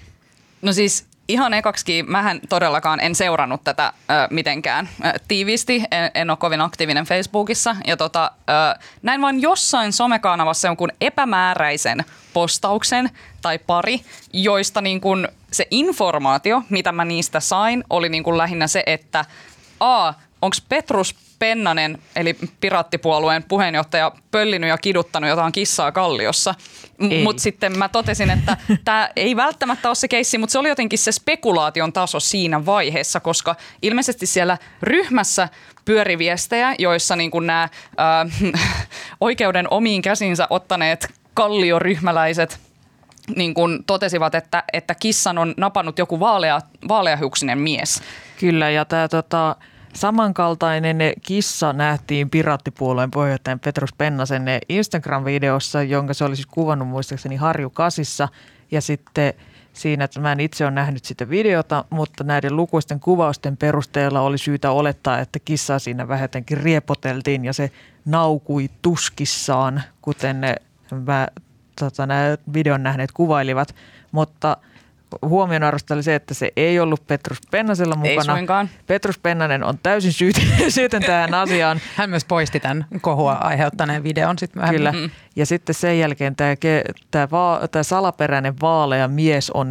Speaker 2: No siis ihan ekaksikin, mähän todellakaan en seurannut tätä ö, mitenkään ö, tiiviisti, en, en ole kovin aktiivinen Facebookissa. Ja tota, ö, näin vaan jossain somekanavassa jonkun epämääräisen postauksen tai pari, joista niin kun se informaatio, mitä mä niistä sain, oli niin kun lähinnä se, että a, onko Petrus Pennanen, eli Piraattipuolueen puheenjohtaja, pöllinyt ja kiduttanut jotain kissaa Kalliossa. Mutta sitten mä totesin, että tämä ei välttämättä ole se keissi, mutta se oli jotenkin se spekulaation taso siinä vaiheessa, koska ilmeisesti siellä ryhmässä pyöri viestejä, joissa niin kuin nämä äh, oikeuden omiin käsinsä ottaneet kallioryhmäläiset niin kuin totesivat, että, että kissan on napannut joku vaalea, vaaleahiuksinen mies.
Speaker 1: Kyllä, ja tämä tota, samankaltainen kissa nähtiin Piraattipuolueen puheenjohtajan Petrus Pennasen Instagram-videossa, jonka se oli siis kuvannut muistaakseni Harju Kasissa. Ja sitten siinä, että mä en itse ole nähnyt sitä videota, mutta näiden lukuisten kuvausten perusteella oli syytä olettaa, että kissaa siinä vähätenkin riepoteltiin ja se naukui tuskissaan, kuten ne, mä, tota, nämä videon nähneet kuvailivat, mutta huomionarvoista oli se, että se ei ollut Petrus Pennasella mukana.
Speaker 2: Ei suinkaan.
Speaker 1: Petrus Pennanen on täysin syytön, syytön tähän asiaan.
Speaker 3: Hän myös poisti tämän kohua aiheuttaneen videon sitten myöhemmin.
Speaker 1: Kyllä. Ja sitten sen jälkeen tämä, tämä, tämä salaperäinen vaalea mies on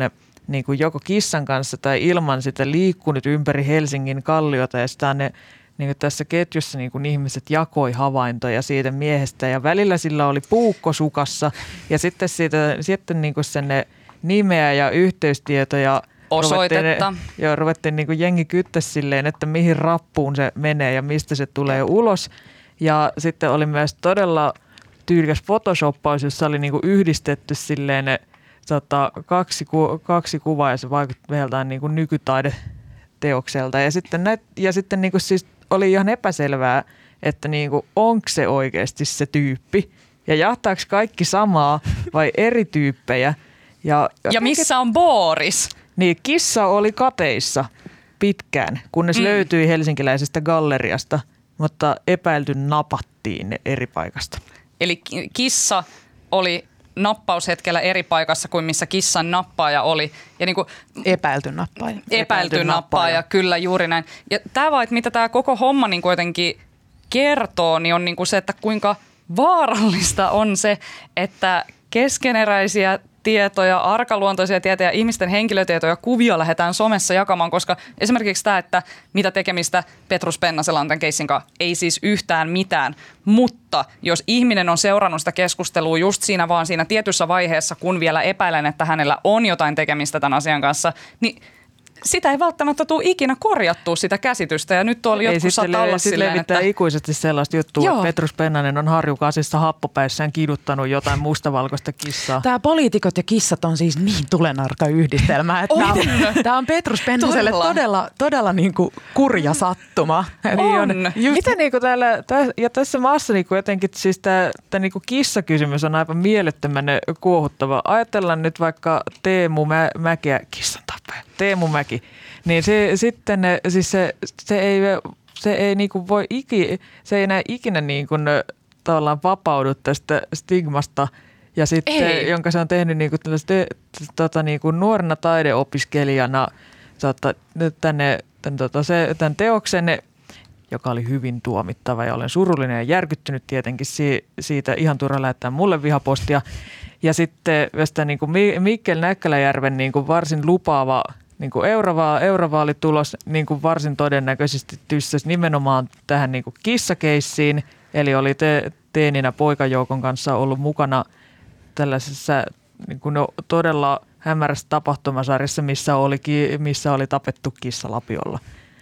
Speaker 1: niin kuin joko kissan kanssa tai ilman sitä liikkunut ympäri Helsingin kalliota ja sitä ne niin kuin tässä ketjussa niin kuin ihmiset jakoi havaintoja siitä miehestä ja välillä sillä oli puukko sukassa ja sitten, siitä, sitten niin kuin sen nimeä ja yhteystietoja
Speaker 2: osoitetta.
Speaker 1: Ruvettiin, joo, ruvettiin niin kuin jengi kyttäisi silleen, että mihin rappuun se menee ja mistä se tulee ulos. Ja sitten oli myös todella tyylikäs photoshoppaus, jossa oli niin kuin yhdistetty silleen ne, tota, kaksi, ku, kaksi kuvaa ja se vaikutti meiltään niin kuin nykytaideteokselta. Ja sitten, näit, ja sitten niin kuin siis oli ihan epäselvää, että niin kuin, onko se oikeasti se tyyppi ja jahtaako kaikki samaa vai eri tyyppejä. Ja,
Speaker 2: ja missä on Boris?
Speaker 1: Niin, kissa oli kateissa pitkään, kunnes mm. löytyi helsinkiläisestä galleriasta, mutta epäilty napattiin eri paikasta.
Speaker 2: Eli kissa oli nappaushetkellä eri paikassa kuin missä kissan nappaaja oli. Ja niin kuin
Speaker 3: epäilty nappaaja.
Speaker 2: Epäilty, epäilty nappaaja, nappaaja, kyllä juuri näin. Ja tämä vaan, että mitä tämä koko homma niin jotenkin kertoo, niin on niin kuin se, että kuinka vaarallista on se, että keskeneräisiä tietoja, arkaluontoisia tietoja, ihmisten henkilötietoja, kuvia lähdetään somessa jakamaan, koska esimerkiksi tämä, että mitä tekemistä Petrus Pennasella on tämän keissin kanssa, ei siis yhtään mitään, mutta jos ihminen on seurannut sitä keskustelua just siinä vaan siinä tietyssä vaiheessa, kun vielä epäilen, että hänellä on jotain tekemistä tämän asian kanssa, niin sitä ei välttämättä tule ikinä korjattua sitä käsitystä ja nyt tuolla jotkut saattaa olla silleen,
Speaker 1: levittää
Speaker 2: että
Speaker 1: ikuisesti sellaista juttua,
Speaker 2: Joo.
Speaker 1: että Petrus Pennanen on harjukasissa happopäissään kiduttanut jotain mustavalkoista kissaa.
Speaker 3: Tämä poliitikot ja kissat on siis niin tulenarka yhdistelmä, että tämä on, tämä on Petrus Pennaselle todella, todella, todella niin kuin kurja sattuma.
Speaker 2: On.
Speaker 1: Just miten niin kuin täällä, ja tässä maassa niin kuin jotenkin siis tämä, tämä niin kuin kissakysymys on aivan mielettömän kuohuttava. Ajatellaan nyt vaikka Teemu Mä, Mäkeä, kissan tappaja, Teemu Mäki, niin se sitten siis se, se ei se ei niinku voi iki, se ei enää ikinä niinku tavallaan vapaudu tästä stigmasta ja sitten
Speaker 2: ei.
Speaker 1: jonka se on tehnyt niinku te, tota niinku nuorena taideopiskelijana tota, tänne tämän, tota, se, tämän teoksen, joka oli hyvin tuomittava ja olen surullinen ja järkyttynyt tietenkin si, siitä, ihan turha lähettää mulle vihapostia. Ja sitten tästä niin kuin Mikkel Näkkäläjärven niin kuin varsin lupaava niin kuin eurovaali, eurovaalitulos niin kuin varsin todennäköisesti tyssäsi nimenomaan tähän niin kuin kissakeissiin. Eli oli te, teeninä poikajoukon kanssa ollut mukana tällaisessa niin kuin no, todella hämärässä tapahtumasarjassa, missä oli, missä oli tapettu kissa lapiolla.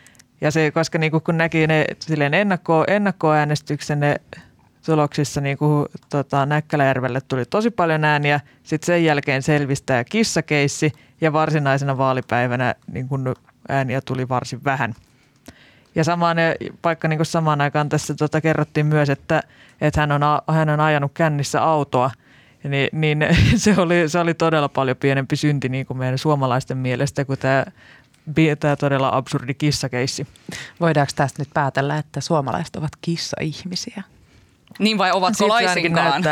Speaker 1: Ja se, koska niin kuin, kun näki ne silleen ennakko, ennakkoäänestyksen ne tuloksissa niin kuin, tota, Näkkäläjärvelle tuli tosi paljon ääniä. Sitten sen jälkeen selvisi tämä kissakeissi ja varsinaisena vaalipäivänä niin kuin ääniä tuli varsin vähän. Ja samaan, vaikka niin kuin samaan aikaan tässä tota, kerrottiin myös, että, että hän, on, hän on ajanut kännissä autoa, niin, niin se, oli, se oli todella paljon pienempi synti niin kuin meidän suomalaisten mielestä kuin tämä, tämä todella absurdi kissakeissi.
Speaker 3: Voidaanko tästä nyt päätellä, että suomalaiset ovat kissa-ihmisiä?
Speaker 2: Niin vai ovatko laisinkaan?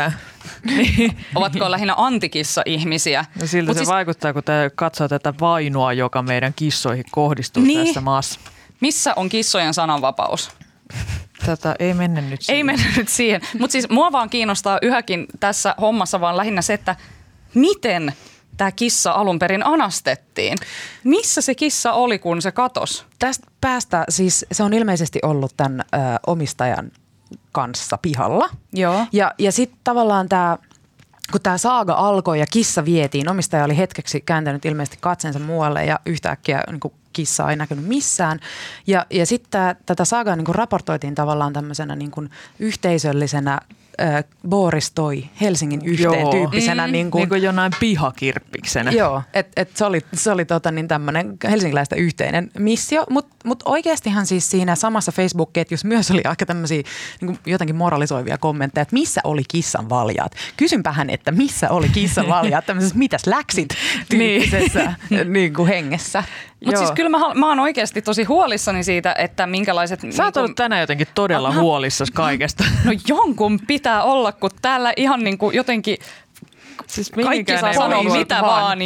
Speaker 2: Ovatko lähinnä antikissa-ihmisiä?
Speaker 1: No siltä Mut se siis vaikuttaa, kun tämä katsoo tätä vainoa, joka meidän kissoihin kohdistuu niin. tässä maassa.
Speaker 2: Missä on kissojen sananvapaus?
Speaker 1: Tätä ei mennä nyt siihen.
Speaker 2: Ei mennä nyt siihen. Mutta siis mua vaan kiinnostaa yhäkin tässä hommassa vaan lähinnä se, että miten tämä kissa alun perin anastettiin. Missä se kissa oli, kun se katosi?
Speaker 3: Tästä päästä siis se on ilmeisesti ollut tämän ö, omistajan kanssa pihalla.
Speaker 2: Joo.
Speaker 3: Ja, ja sitten tavallaan tämä, kun tämä saaga alkoi ja kissa vietiin, omistaja oli hetkeksi kääntänyt ilmeisesti katsensa muualle ja yhtäkkiä niin kuin kissa ei näkynyt missään. Ja, ja sitten tätä saagaa niin kuin raportoitiin tavallaan tämmöisenä niin kuin yhteisöllisenä äh, Boris toi Helsingin yhteen Joo. tyyppisenä.
Speaker 1: Mm.
Speaker 3: Niin kuin,
Speaker 1: niin kuin jonain pihakirppiksenä.
Speaker 3: Joo, että et se oli, se oli tota niin tämmöinen helsinkiläistä yhteinen missio, mutta mut oikeastihan siis siinä samassa Facebook-ketjussa myös oli aika tämmöisiä niin jotenkin moralisoivia kommentteja, että missä oli kissan valjaat. Kysynpähän, että missä oli kissan valjaat tämmöisessä mitäs läksit tyyppisessä niin kuin hengessä.
Speaker 2: Mutta siis kyllä mä, mä oon oikeasti tosi huolissani siitä, että minkälaiset...
Speaker 1: Sä oot ollut tänään jotenkin todella Aha. huolissasi kaikesta.
Speaker 2: No jonkun pitää olla, kun täällä ihan niin kuin jotenkin siis kaikki saa sanoa mitä vaan. vaan ja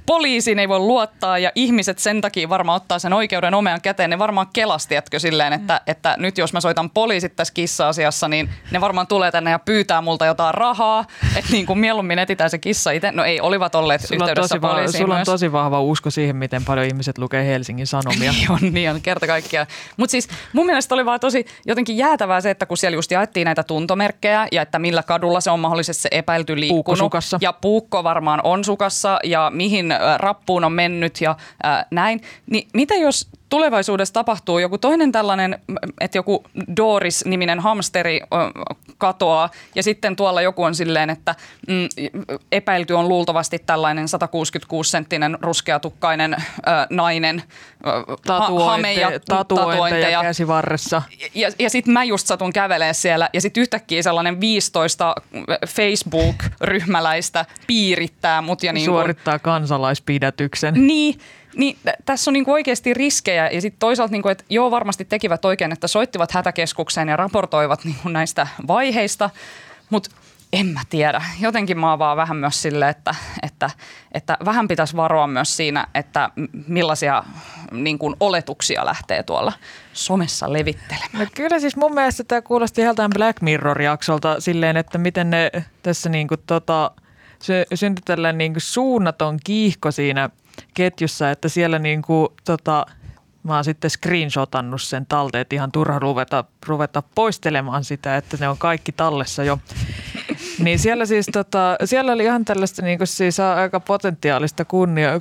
Speaker 2: poliisiin ei voi luottaa ja ihmiset sen takia varmaan ottaa sen oikeuden omean käteen. Ne varmaan kelasti, etkö silleen, että, että nyt jos mä soitan poliisit tässä kissa-asiassa, niin ne varmaan tulee tänne ja pyytää multa jotain rahaa, että niin kuin mieluummin etitään se kissa itse. No ei, olivat olleet sulla yhteydessä poliisiin
Speaker 1: Sulla on
Speaker 2: myös.
Speaker 1: tosi vahva usko siihen, miten paljon ihmiset lukee Helsingin Sanomia.
Speaker 2: Niin on, niin on, kerta kaikkiaan. Mutta siis mun mielestä oli vaan tosi jotenkin jäätävää se, että kun siellä just jaettiin näitä tuntomerkkejä ja että millä kadulla se on mahdollisesti se epäilty liikkunut.
Speaker 1: Puukko sukassa.
Speaker 2: Ja puukko varmaan on sukassa ja mihin äh, rappuun on mennyt ja äh, näin. Ni, mitä jos tulevaisuudessa tapahtuu joku toinen tällainen, että joku Doris-niminen hamsteri äh, katoaa ja sitten tuolla joku on silleen, että mm, epäilty on luultavasti tällainen sata kuusikymmentäkuusi senttinen ruskeatukkainen äh, nainen, äh,
Speaker 1: Tatuointe,
Speaker 2: hame ja
Speaker 1: tatuointeja käsivarressa.
Speaker 2: Ja, ja sitten mä just satun kävelemään siellä ja sitten yhtäkkiä sellainen viisitoista Facebook-ryhmäläistä piirittää mut. Ja niin
Speaker 1: suorittaa
Speaker 2: kun,
Speaker 1: kansalaispidätyksen.
Speaker 2: Niin, niin tässä on niinku oikeasti riskejä ja sitten toisaalta, niinku, että joo varmasti tekivät oikein, että soittivat hätäkeskukseen ja raportoivat niinku näistä vaiheista, mutta en mä tiedä. Jotenkin mä oon vaan vähän myös silleen, että, että, että vähän pitäisi varoa myös siinä, että millaisia niin kuin oletuksia lähtee tuolla somessa levittelemään.
Speaker 1: No kyllä siis mun mielestä tämä kuulosti ihan Black Mirror-jaksolta silleen, että miten ne tässä niin kuin tota, se syntyi tällainen niin kuin suunnaton kiihko siinä ketjussa, että siellä niin kuin tota, mä oon sitten screenshotannut sen talteen, että ihan turha ruveta, ruveta poistelemaan sitä, että ne on kaikki tallessa jo. Niin siellä siis tota, siellä oli ihan tällaista niin kuin siis aika potentiaalista kunnia,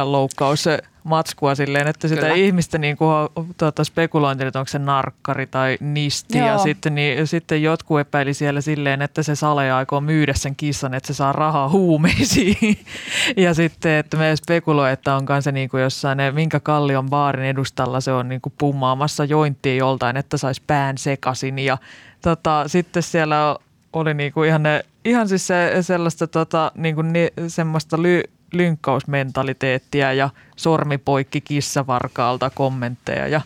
Speaker 1: kunnianloukkausmatskua silleen, että sitä Kyllä. ihmistä niin kuin tota, spekulointi, että onko se narkkari tai nisti. Joo. Ja sitten, niin, sitten jotkut epäili siellä silleen, että se Sale aikoo myydä sen kissan, että se saa rahaa huumeisiin. Ja sitten, että me spekuloi, että onkaan se niin kuin jossain, minkä Kallion baarin edustalla se on niin kuin pummaamassa jointtia joltain, että saisi pään sekaisin. Ja tota, sitten siellä oli niinku ihan, ne, ihan siis se, sellaista tota, niinku ni, semmoista ly, lynkkausmentaliteettia ja sormipoikki kissavarkaalta kommentteja ja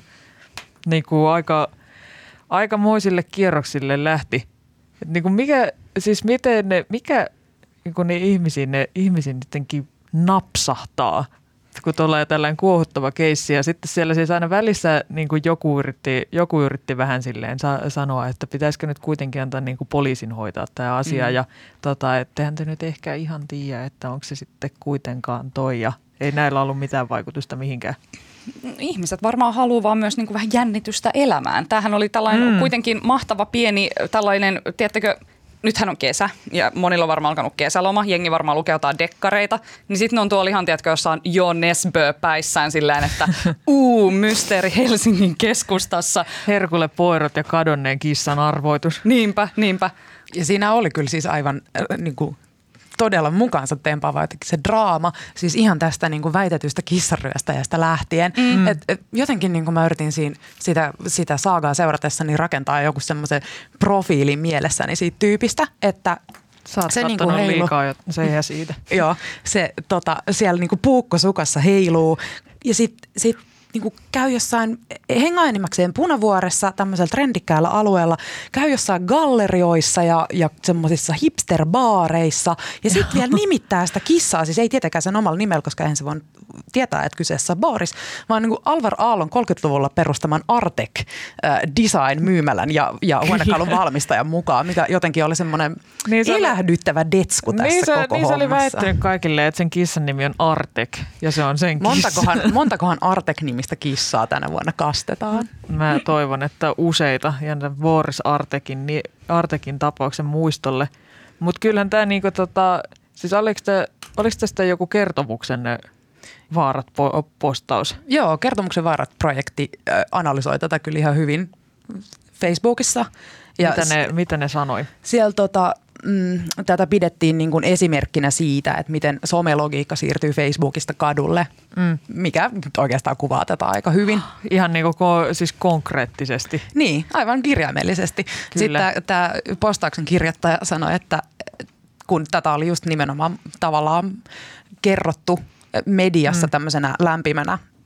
Speaker 1: niinku aika, aikamoisille kierroksille lähti. Et niinku mikä, siis miten ne, mikä niinku ne ihmisiin, ne ihmisiin jotenkin napsahtaa, kun tulee tällainen kuohuttava keissi ja sitten siellä siis aina välissä niin kuin joku, yritti, joku yritti vähän silleen sa- sanoa, että pitäisikö nyt kuitenkin antaa niin kuin poliisin hoitaa tämä asia mm. ja tota, ettehän te nyt ehkä ihan tiedä, että onko se sitten kuitenkaan toi ja ei näillä ollut mitään vaikutusta mihinkään.
Speaker 2: Ihmiset varmaan haluaa vaan myös niin kuin vähän jännitystä elämään. Tämähän oli tällainen mm. kuitenkin mahtava pieni tällainen, tiedättekö, nythän on kesä ja monilla on varmaan alkanut kesäloma, jengi varmaan lukee jotain dekkareita, niin sitten on tuolla ihan, tiedätkö, jossain Jo Nesbø päissään silleen, että uu, mysteeri Helsingin keskustassa.
Speaker 1: Herkulle poirot ja kadonneen kissan arvoitus.
Speaker 2: Niinpä, niinpä.
Speaker 3: Ja siinä oli kyllä siis aivan äh, niin kuin todella mukaansa tempaava jotenkin se draama, siis ihan tästä niin kuin väitetystä kissanryöstäjästä lähtien. Mm. Et, et jotenkin niin kuin mä yritin siinä, sitä, sitä saagaa seuratessani rakentaa joku semmoisen profiilin mielessäni siitä tyypistä, että
Speaker 1: sä oot
Speaker 3: se niin kuin heilu.
Speaker 1: liikaa, se ei siitä.
Speaker 3: Joo, se tota, siellä niin kuin puukko sukassa heiluu ja sitten sit, niin kuin käy jossain hengainimäkseen Punavuoressa, tämmöisellä trendikkäällä alueella, käy jossain gallerioissa ja, ja semmoisissa hipsterbaareissa ja sitten vielä nimittää sitä kissaa, siis ei tietenkään sen omalla nimellä, koska eihän se voi tietää, että kyseessä on baaris, vaan niin kuin Alvar Aallon kolmekymmentäluvulla perustaman Artek äh, design-myymälän ja, ja huonekalun valmistajan mukaan, mikä jotenkin oli semmoinen niin se elähdyttävä detsku tässä
Speaker 1: niin se,
Speaker 3: koko
Speaker 1: niin
Speaker 3: hommassa.
Speaker 1: Se oli väittänyt kaikille, että sen kissan nimi on Artek ja se on sen
Speaker 3: montakohan, kissa. Montakohan Artek-nimistä kissaa tänä vuonna kastetaan?
Speaker 1: Mä toivon, että useita ja Boris Artekin, niin Artekin tapauksen muistolle. Mutta kyllähän tämä niinku tota, siis oliko, te, oliko tästä joku kertomuksenne vaarat po- postaus?
Speaker 3: Joo, kertomuksen vaarat-projekti äh, analysoi tätä kyllä ihan hyvin Facebookissa. Ja
Speaker 1: mitä, ne, mitä ne sanoi?
Speaker 3: Siellä tota, mm, tätä pidettiin niin kuin esimerkkinä siitä, että miten somelogiikka siirtyy Facebookista kadulle, mm. mikä oikeastaan kuvaa tätä aika hyvin.
Speaker 1: Ihan niin kuin ko- siis konkreettisesti.
Speaker 3: Niin, aivan kirjaimellisesti. Kyllä. Sitten tämä postauksen kirjoittaja sanoi, että kun tätä oli just nimenomaan tavallaan kerrottu mediassa mm. tämmöisenä lämpimänä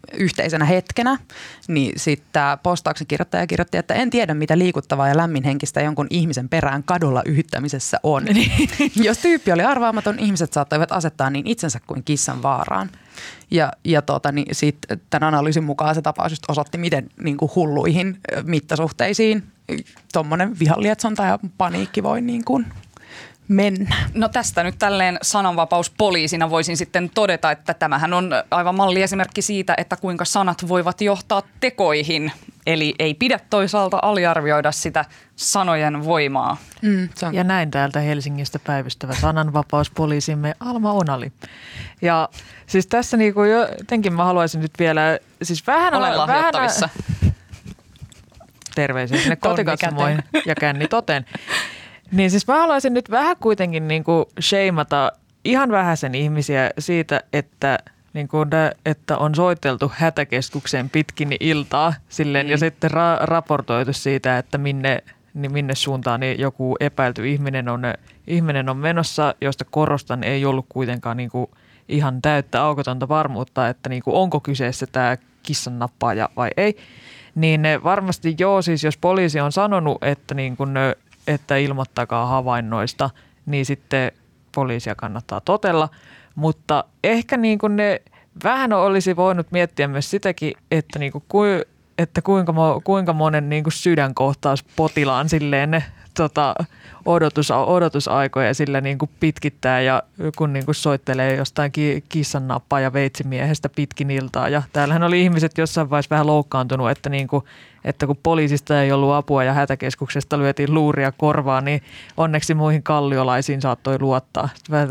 Speaker 3: yhteisenä hetkenä, niin sitten tämä postauksen kirjoittaja kirjoitti, että en tiedä mitä liikuttavaa ja lämminhenkistä jonkun ihmisen perään kadulla yhyttämisessä on. Jos tyyppi oli arvaamaton, ihmiset saattoivat asettaa niin itsensä kuin kissan vaaraan. Ja, ja tota, niin sit tämän analyysin mukaan se tapaus just osoitti, miten niin kuin hulluihin mittasuhteisiin tuommoinen vihanlietsonta ja paniikki voi niin kuin mennä.
Speaker 2: No tästä nyt tälleen sananvapauspoliisina voisin sitten todeta, että tämähän on aivan malliesimerkki siitä, että kuinka sanat voivat johtaa tekoihin. Eli ei pidä toisaalta aliarvioida sitä sanojen voimaa.
Speaker 1: Mm, ja näin täältä Helsingistä päivystävä sananvapauspoliisimme Alma Onali. Ja siis tässä niinku jotenkin mä haluaisin nyt vielä, siis vähän...
Speaker 2: Olen lahjoittavissa.
Speaker 1: Vähän, terveisiä sinne kotikatsomoihin ja känni toteen. Niin siis mä haluaisin nyt vähän kuitenkin niinku shameata ihan vähäsen ihmisiä siitä, että, niinku, että on soiteltu hätäkeskukseen pitkin iltaa silleen, mm. ja sitten ra- raportoitu siitä, että minne, niin minne suuntaan niin joku epäilty ihminen on, ihminen on menossa, josta korostan ei ollut kuitenkaan niinku ihan täyttä aukotonta varmuutta, että niinku onko kyseessä tämä kissan nappaaja vai ei. Niin varmasti joo, siis jos poliisi on sanonut, että niin kun että ilmoittakaa havainnoista, niin sitten poliisia kannattaa totella. Mutta ehkä niin kuin ne vähän olisi voinut miettiä myös sitäkin, että, niin kuin, että kuinka, kuinka monen niin kuin sydänkohtaus potilaan silleen tota, odotus, odotusaikoja sillä niin kuin pitkittää ja kun niin kuin soittelee jostain kissannappaa ja veitsimiehestä pitkin iltaa. Ja täällähän oli ihmiset jossain vaiheessa vähän loukkaantunut, että, niin kuin, että kun poliisista ei ollut apua ja hätäkeskuksesta lyötiin luuria korvaan, niin onneksi muihin kalliolaisiin saattoi luottaa.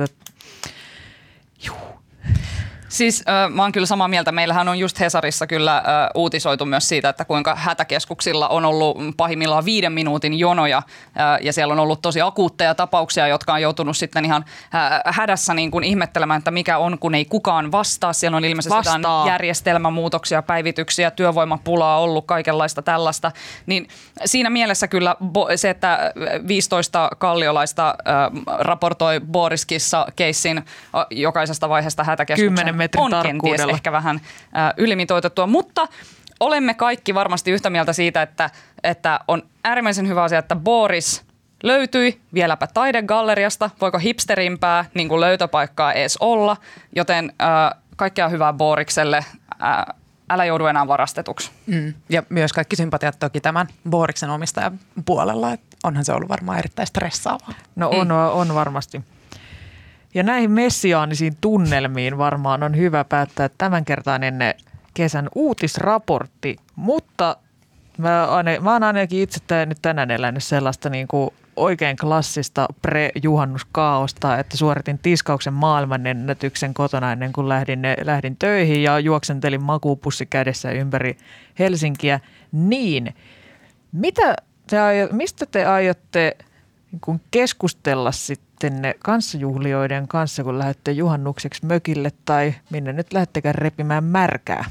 Speaker 1: Juh.
Speaker 2: Siis äh, mä oon kyllä samaa mieltä. Meillähän on just Hesarissa kyllä äh, uutisoitu myös siitä, että kuinka hätäkeskuksilla on ollut pahimmillaan viiden minuutin jonoja äh, ja siellä on ollut tosi akuutteja tapauksia, jotka on joutunut sitten ihan äh, hädässä niin kuin ihmettelemään, että mikä on, kun ei kukaan vastaa. Siellä on ilmeisesti jotain järjestelmämuutoksia, päivityksiä, työvoimapulaa ollut, kaikenlaista tällaista. Niin siinä mielessä kyllä bo- se, että viisitoista kalliolaista äh, raportoi Boris-kissa-keissin äh, jokaisesta vaiheesta hätäkeskuksen on kenties ehkä vähän äh, ylimitoitettua, mutta olemme kaikki varmasti yhtä mieltä siitä, että, että on äärimmäisen hyvä asia, että Boris löytyi vieläpä taidegalleriasta. Voiko hipsterimpää niin kuin löytöpaikkaa edes olla, joten äh, kaikkea hyvää Borikselle. Äh, älä joudu enää varastetuksi.
Speaker 3: Mm. Ja myös kaikki sympatiat toki tämän Boriksen omistajan puolella, että onhan se ollut varmaan erittäin stressaavaa.
Speaker 1: No on, mm. on varmasti. Ja näihin messiaanisiin tunnelmiin varmaan on hyvä päättää tämänkertainen kesän uutisraportti, mutta mä, aine, mä oon ainakin itse nyt tänään elänyt sellaista niin kuin oikein klassista pre-juhannuskaaosta, että suoritin tiskauksen maailmanennätyksen kotona ennen kuin lähdin, lähdin töihin ja juoksentelin makuupussi kädessä ympäri Helsinkiä. Niin, mitä te aio, mistä te aiotte niin kuin keskustella sitten kanssajuhlijoiden kanssa, kun lähdette juhannukseksi mökille tai minne nyt lähdettekään repimään märkää?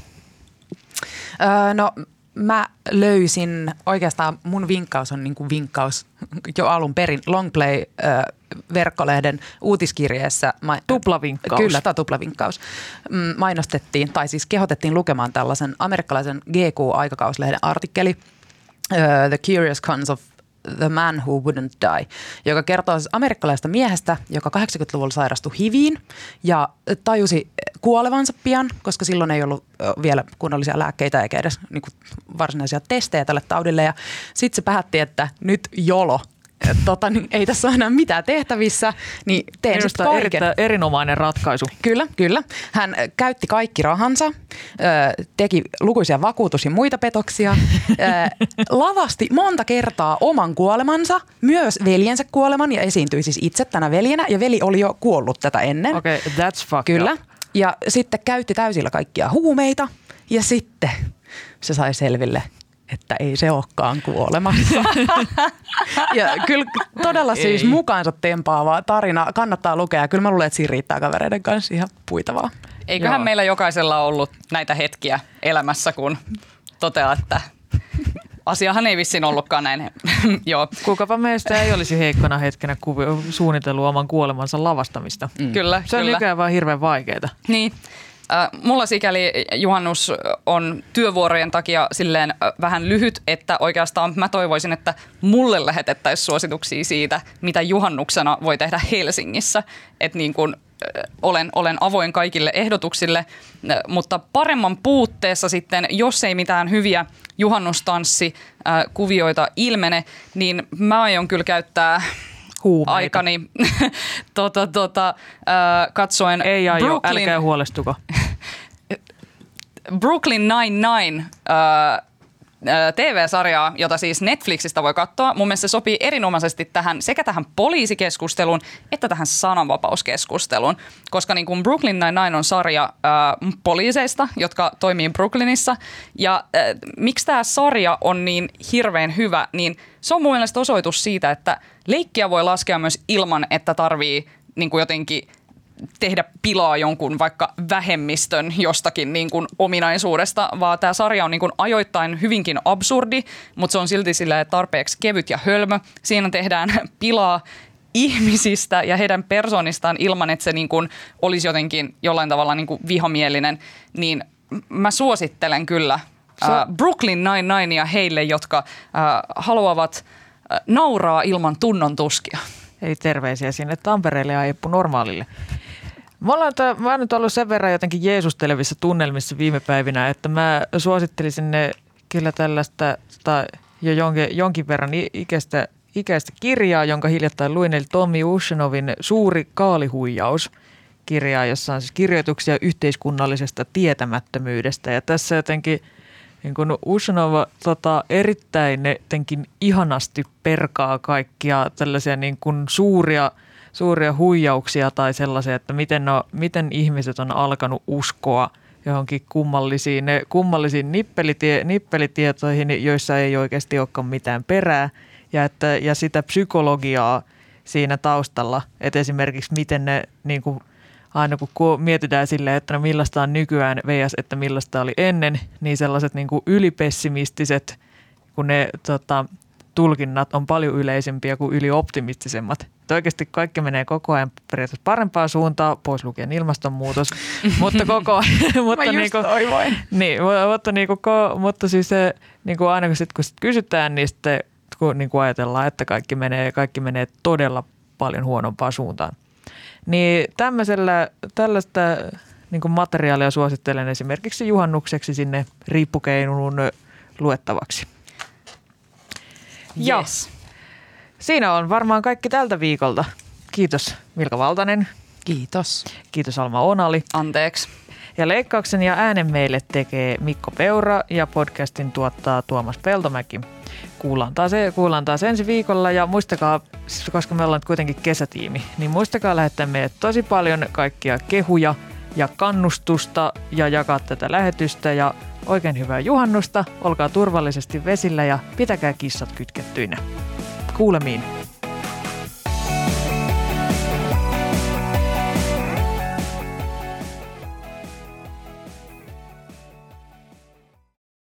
Speaker 3: Öö, no mä löysin, oikeastaan mun vinkkaus on niin kuin vinkkaus jo alun perin Longplay-verkkolehden uutiskirjeessä.
Speaker 1: Tuplavinkkaus.
Speaker 3: Kyllä, tämä tuplavinkkaus. Mainostettiin, tai siis kehotettiin lukemaan tällaisen amerikkalaisen G Q-aikakauslehden artikkeli uh, The Curious Cons of The Man Who Wouldn't Die, joka kertoo siis amerikkalaisesta miehestä, joka kahdeksankymmentäluvulla sairastui HIViin ja tajusi kuolevansa pian, koska silloin ei ollut vielä kunnollisia lääkkeitä eikä edes niin kuin varsinaisia testejä tälle taudille. Ja sitten se päätti, että nyt jolo. Tota, niin ei tässä ole enää mitään tehtävissä, niin teen sitten kaiken.
Speaker 1: Erinomainen ratkaisu.
Speaker 3: Kyllä, kyllä. Hän käytti kaikki rahansa, teki lukuisia vakuutus- ja muita petoksia, lavasti monta kertaa oman kuolemansa, myös veljensä kuoleman ja esiintyi siis itse tänä veljenä. Ja veli oli jo kuollut tätä ennen.
Speaker 1: Okei, okay, that's fucked
Speaker 3: Kyllä.
Speaker 1: up.
Speaker 3: Ja sitten käytti täysillä kaikkia huumeita ja sitten se sai selville, että ei se olekaan kuolemassa. Ja kyllä todella siis ei. Mukaansa tempaava tarina kannattaa lukea. Kyllä mä luulen, että siinä riittää kavereiden kanssa ihan puitavaa.
Speaker 2: Eiköhän Joo. meillä jokaisella ollut näitä hetkiä elämässä, kun toteaa, että asiahan ei vissiin ollutkaan näin. Joo.
Speaker 1: Kukapa meistä ei olisi heikkona hetkenä suunnitellut oman kuolemansa lavastamista.
Speaker 2: Mm. Kyllä,
Speaker 1: Se on
Speaker 2: kyllä.
Speaker 1: nykyään vaan hirveän vaikeaa.
Speaker 2: Niin. Mulla sikäli juhannus on työvuorojen takia silleen vähän lyhyt, että oikeastaan mä toivoisin, että mulle lähetettäisiin suosituksia siitä, mitä juhannuksena voi tehdä Helsingissä. Että niin kuin olen, olen avoin kaikille ehdotuksille, mutta paremman puutteessa sitten, jos ei mitään hyviä juhannustanssikuvioita ilmene, niin mä aion kyllä käyttää
Speaker 1: Huumeita.
Speaker 2: aikani tota, tota, katsoen
Speaker 1: ei aio,
Speaker 2: Brooklyn,
Speaker 1: älkää huolestuko.
Speaker 2: Brooklyn Nine-Nine T V-sarjaa, jota siis Netflixistä voi katsoa. Mun mielestä se sopii erinomaisesti tähän, sekä tähän poliisikeskusteluun että tähän sananvapauskeskusteluun, koska niin kuin Brooklyn Nine-Nine on sarja äh, poliiseista, jotka toimii Brooklynissa. Ja äh, miksi tämä sarja on niin hirveän hyvä, niin se on mun mielestä osoitus siitä, että leikkiä voi laskea myös ilman, että tarvii niin kuin jotenkin tehdä pilaa jonkun vaikka vähemmistön jostakin niin kuin ominaisuudesta, vaan tämä sarja on niin kuin ajoittain hyvinkin absurdi, mutta se on silti silleen tarpeeksi kevyt ja hölmö. Siinä tehdään pilaa ihmisistä ja heidän persoonistaan ilman, että se niin kuin olisi jotenkin jollain tavalla niin kuin vihamielinen, niin mä suosittelen kyllä
Speaker 1: so-
Speaker 2: äh, Brooklyn Nine-Ninea heille, jotka äh, haluavat äh, nauraa ilman tunnon tuskia.
Speaker 1: Ei terveisiä sinne Tampereelle ja Eppu Normaalille. Mä, olen, mä oon nyt ollut sen verran jotenkin jeesustelevissa tunnelmissa viime päivinä, että mä suosittelisin ne kyllä tällaista tai jo jonkin, jonkin verran ikäistä, ikäistä kirjaa, jonka hiljattain luin, eli Tommy Ushanovin Suuri kaalihuijaus -kirjaa, jossa on siis kirjoituksia yhteiskunnallisesta tietämättömyydestä. Ja tässä jotenkin niin kun Ushanov tota, erittäin jotenkin ihanasti perkaa kaikkia tällaisia niin kun suuria, suuria huijauksia tai sellaisia, että miten, no, miten ihmiset on alkanut uskoa johonkin kummallisiin, kummallisiin nippelitie, nippelitietoihin, joissa ei oikeasti olekaan mitään perää. Ja, että, ja sitä psykologiaa siinä taustalla, että esimerkiksi miten ne niin kuin aina kun mietitään silleen, että no millaista on nykyään versus, että millaista oli ennen, niin sellaiset niin kuin ylipessimistiset, kun ne tota, tulkinnat on paljon yleisempiä kuin ylioptimistisemmat. Että oikeasti kaikki menee koko ajan periaatteessa parempaan suuntaan, pois lukien ilmastonmuutos, mutta koko mutta
Speaker 3: Mä just
Speaker 1: niinku,
Speaker 3: toivoin.
Speaker 1: Niin, mutta, niinku, mutta siis se, niinku aina kun, sit, kun sit kysytään, niin sitten kun niinku ajatellaan, että kaikki menee, kaikki menee todella paljon huonompaan suuntaan. Niin tämmöisellä, tällaista niin kuin materiaalia suosittelen esimerkiksi juhannukseksi sinne riippukeinun luettavaksi.
Speaker 2: Yes.
Speaker 1: Siinä on varmaan kaikki tältä viikolta. Kiitos Milka Valtanen.
Speaker 3: Kiitos.
Speaker 1: Kiitos Alma Onali.
Speaker 2: Anteeksi.
Speaker 1: Ja leikkauksen ja äänen meille tekee Mikko Peura ja podcastin tuottaa Tuomas Peltomäki. Kuullaan taas, kuullaan taas ensi viikolla ja muistakaa, koska me ollaan kuitenkin kesätiimi, niin muistakaa lähettää meille tosi paljon kaikkia kehuja ja kannustusta ja jakaa tätä lähetystä ja oikein hyvää juhannusta, olkaa turvallisesti vesillä ja pitäkää kissat kytkettyinä. Kuulemiin.